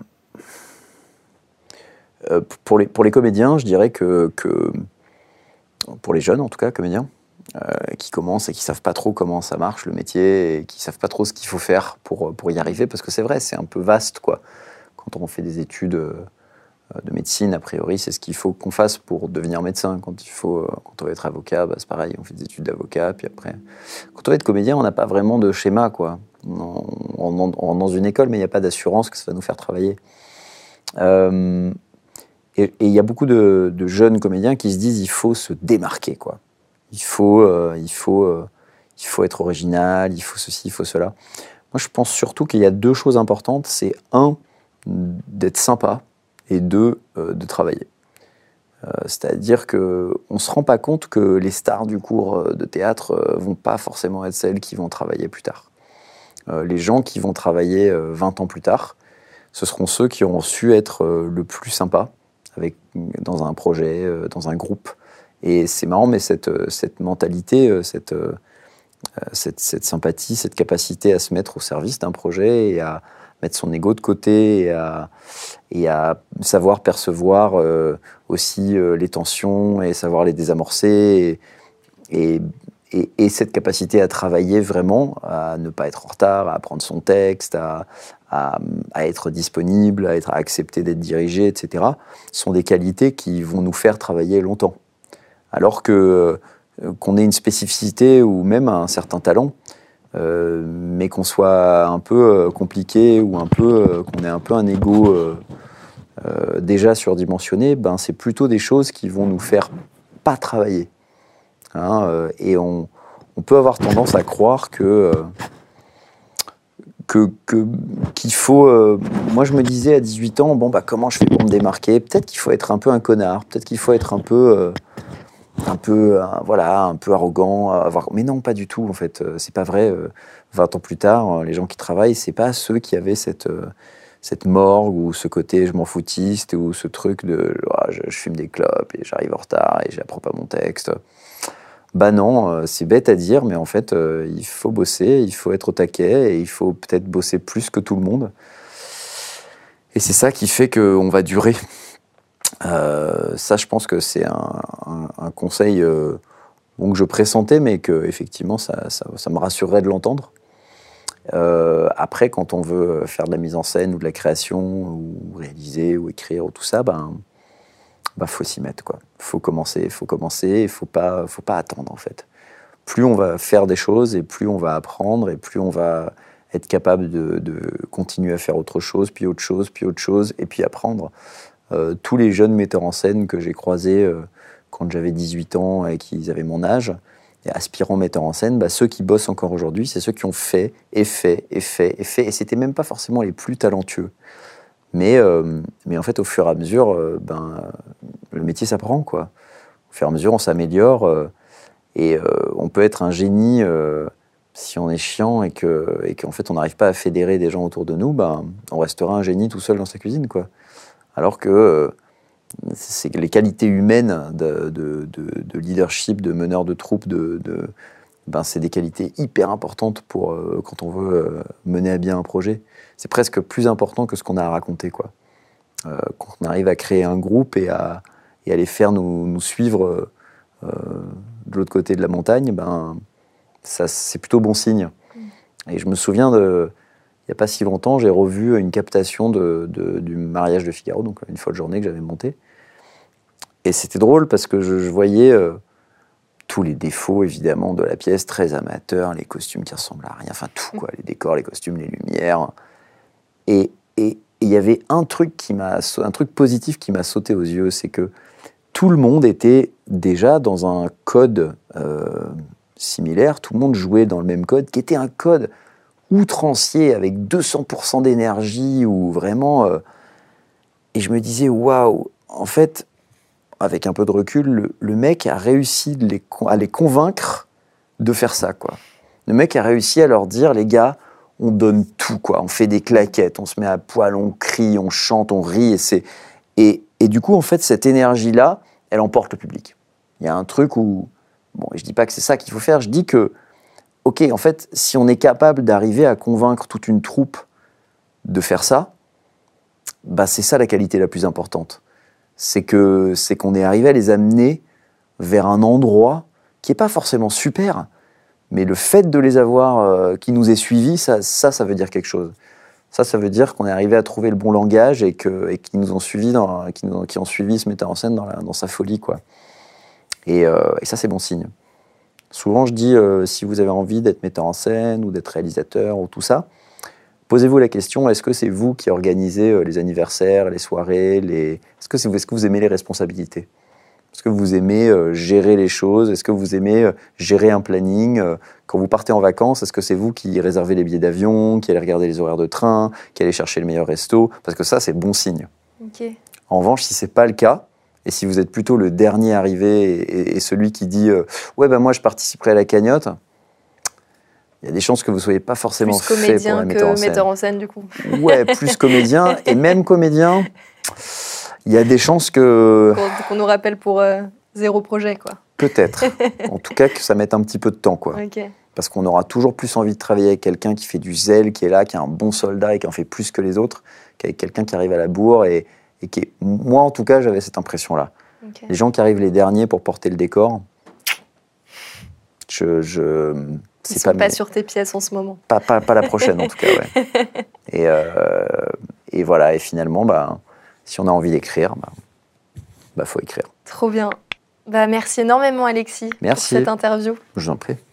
euh, pour, les, pour les comédiens, je dirais que, que... Pour les jeunes, en tout cas, comédiens, euh, qui commencent et qui ne savent pas trop comment ça marche, le métier, et qui ne savent pas trop ce qu'il faut faire pour, pour y arriver, parce que c'est vrai, c'est un peu vaste, quoi. Quand on fait des études euh, de médecine, a priori, c'est ce qu'il faut qu'on fasse pour devenir médecin. Quand, il faut, euh, quand on veut être avocat, bah, c'est pareil, on fait des études d'avocat, puis après... Quand on veut être comédien, on n'a pas vraiment de schéma, quoi. On, on, on, on rentre dans une école, mais il n'y a pas d'assurance que ça va nous faire travailler. Euh, et il y a beaucoup de, de jeunes comédiens qui se disent il faut se démarquer, quoi. Il faut, euh, il, faut, euh, il faut être original, il faut ceci, il faut cela. Moi, je pense surtout qu'il y a deux choses importantes. C'est un, d'être sympa, et deux, euh, de travailler. Euh, c'est-à-dire qu'on ne se rend pas compte que les stars du cours de théâtre ne vont pas forcément être celles qui vont travailler plus tard. Euh, les gens qui vont travailler euh, vingt ans plus tard, ce seront ceux qui auront su être euh, le plus sympa avec, dans un projet, euh, dans un groupe. Et c'est marrant, mais cette, cette mentalité, cette, cette, cette sympathie, cette capacité à se mettre au service d'un projet et à mettre son ego de côté et à, et à savoir percevoir euh, aussi euh, les tensions et savoir les désamorcer et, et, et, et cette capacité à travailler vraiment, à ne pas être en retard, à apprendre son texte, à, à, à être disponible, à, être, à accepter d'être dirigé, et cetera, sont des qualités qui vont nous faire travailler longtemps. Alors que, euh, qu'on ait une spécificité ou même un certain talent, euh, mais qu'on soit un peu euh, compliqué ou un peu, euh, qu'on ait un peu un ego euh, euh, déjà surdimensionné, ben, c'est plutôt des choses qui vont nous faire pas travailler. Hein, euh, et on, on peut avoir tendance à croire que, euh, que, que, qu'il faut... Euh, moi, je me disais à dix-huit ans, bon, bah, comment je fais pour me démarquer ? Peut-être qu'il faut être un peu un connard, peut-être qu'il faut être un peu... Euh, un peu, euh, voilà, un peu arrogant, avoir... mais non, pas du tout, en fait, euh, c'est pas vrai. Euh, vingt ans plus tard, euh, les gens qui travaillent, c'est pas ceux qui avaient cette, euh, cette morgue ou ce côté je m'en foutiste ou ce truc de oh, je, je fume des clopes et j'arrive en retard et j'apprends pas mon texte. Bah non, euh, c'est bête à dire, mais en fait, euh, il faut bosser, il faut être au taquet et il faut peut-être bosser plus que tout le monde. Et c'est ça qui fait qu'on va durer. Euh, ça, je pense que c'est un, un, un conseil euh, bon, que je pressentais, mais que effectivement, ça, ça, ça me rassurerait de l'entendre. Euh, après, quand on veut faire de la mise en scène ou de la création, ou réaliser, ou écrire, ou tout ça, ben, ben faut s'y mettre, quoi. Faut commencer, faut commencer, il faut pas, faut pas attendre, en fait. Plus on va faire des choses, et plus on va apprendre, et plus on va être capable de, de continuer à faire autre chose, puis autre chose, puis autre chose, et puis apprendre. Euh, tous les jeunes metteurs en scène que j'ai croisés euh, quand j'avais dix-huit ans et qu'ils avaient mon âge, et aspirants metteurs en scène, bah, ceux qui bossent encore aujourd'hui, c'est ceux qui ont fait, et fait, et fait, et fait, et c'était même pas forcément les plus talentueux. Mais, euh, mais en fait, au fur et à mesure, euh, ben, le métier s'apprend, quoi. Au fur et à mesure, on s'améliore, euh, et euh, on peut être un génie euh, si on est chiant et, que, et qu'en fait, on n'arrive pas à fédérer des gens autour de nous, ben, on restera un génie tout seul dans sa cuisine, quoi. Alors que euh, c'est les qualités humaines de, de, de, de leadership, de meneur de troupe, de, de, ben c'est des qualités hyper importantes pour, euh, quand on veut euh, mener à bien un projet. C'est presque plus important que ce qu'on a à raconter, quoi. Euh, quand on arrive à créer un groupe et à, et à les faire nous, nous suivre euh, de l'autre côté de la montagne, ben, ça, c'est plutôt bon signe. Et je me souviens de... Il n'y a pas si longtemps, j'ai revu une captation de, de, du mariage de Figaro, donc une folle journée que j'avais montée. Et c'était drôle parce que je, je voyais euh, tous les défauts, évidemment, de la pièce, très amateur, les costumes qui ressemblent à rien, enfin tout, quoi, les décors, les costumes, les lumières. Et il y avait un truc, qui m'a, un truc positif qui m'a sauté aux yeux, c'est que tout le monde était déjà dans un code euh, similaire, tout le monde jouait dans le même code, qui était un code outrancier, avec deux cents pour cent d'énergie, ou vraiment... Euh, et je me disais, waouh, en fait, avec un peu de recul, le, le mec a réussi de les, à les convaincre de faire ça, quoi. Le mec a réussi à leur dire, les gars, on donne tout, quoi. On fait des claquettes, on se met à poil, on crie, on chante, on rit, et c'est... Et, et du coup, en fait, cette énergie-là, elle emporte le public. Il y a un truc où... Bon, je dis pas que c'est ça qu'il faut faire, je dis que ok, en fait, si on est capable d'arriver à convaincre toute une troupe de faire ça, bah c'est ça la qualité la plus importante. C'est que, c'est qu'on est arrivé à les amener vers un endroit qui n'est pas forcément super, mais le fait de les avoir, euh, qui nous est suivis, ça, ça, ça veut dire quelque chose. Ça, ça veut dire qu'on est arrivé à trouver le bon langage et, que, et qu'ils nous ont suivis, dans, qui, nous, qui ont suivi ce metteur en scène dans, la, dans sa folie, quoi. Et, euh, et ça, c'est bon signe. Souvent, je dis, euh, si vous avez envie d'être metteur en scène ou d'être réalisateur ou tout ça, posez-vous la question, est-ce que c'est vous qui organisez euh, les anniversaires, les soirées, les... Est-ce que, c'est vous, est-ce que vous aimez les responsabilités ? Est-ce que vous aimez euh, gérer les choses ? Est-ce que vous aimez euh, gérer un planning ? euh, Quand vous partez en vacances, est-ce que c'est vous qui réservez les billets d'avion, qui allez regarder les horaires de train, qui allez chercher le meilleur resto ? Parce que ça, c'est bon signe. Okay. En revanche, si ce n'est pas le cas, Et si vous êtes plutôt le dernier arrivé et, et celui qui dit euh, « Ouais, ben moi, je participerai à la cagnotte », il y a des chances que vous ne soyez pas forcément fait pour la metteur en scène. Metteur en scène, du coup. Ouais, plus comédien. Et même comédien, il y a des chances que... Qu'on, qu'on nous rappelle pour euh, zéro projet, quoi. Peut-être. En tout cas, que ça mette un petit peu de temps, quoi. Okay. Parce qu'on aura toujours plus envie de travailler avec quelqu'un qui fait du zèle, qui est là, qui est un bon soldat et qui en fait plus que les autres, qu'avec quelqu'un qui arrive à la bourre et, et qui est... Moi, en tout cas, j'avais cette impression-là. Okay. Les gens qui arrivent les derniers pour porter le décor, je... je... Ils ne sont pas, pas mes... sur tes pièces en ce moment. Pas, pas, pas la prochaine, en tout cas, ouais. Et, euh, et voilà, et finalement, bah, si on a envie d'écrire, bah, bah, faut écrire. Trop bien. Bah, merci énormément, Alexis, merci. pour cette interview. Je vous en prie.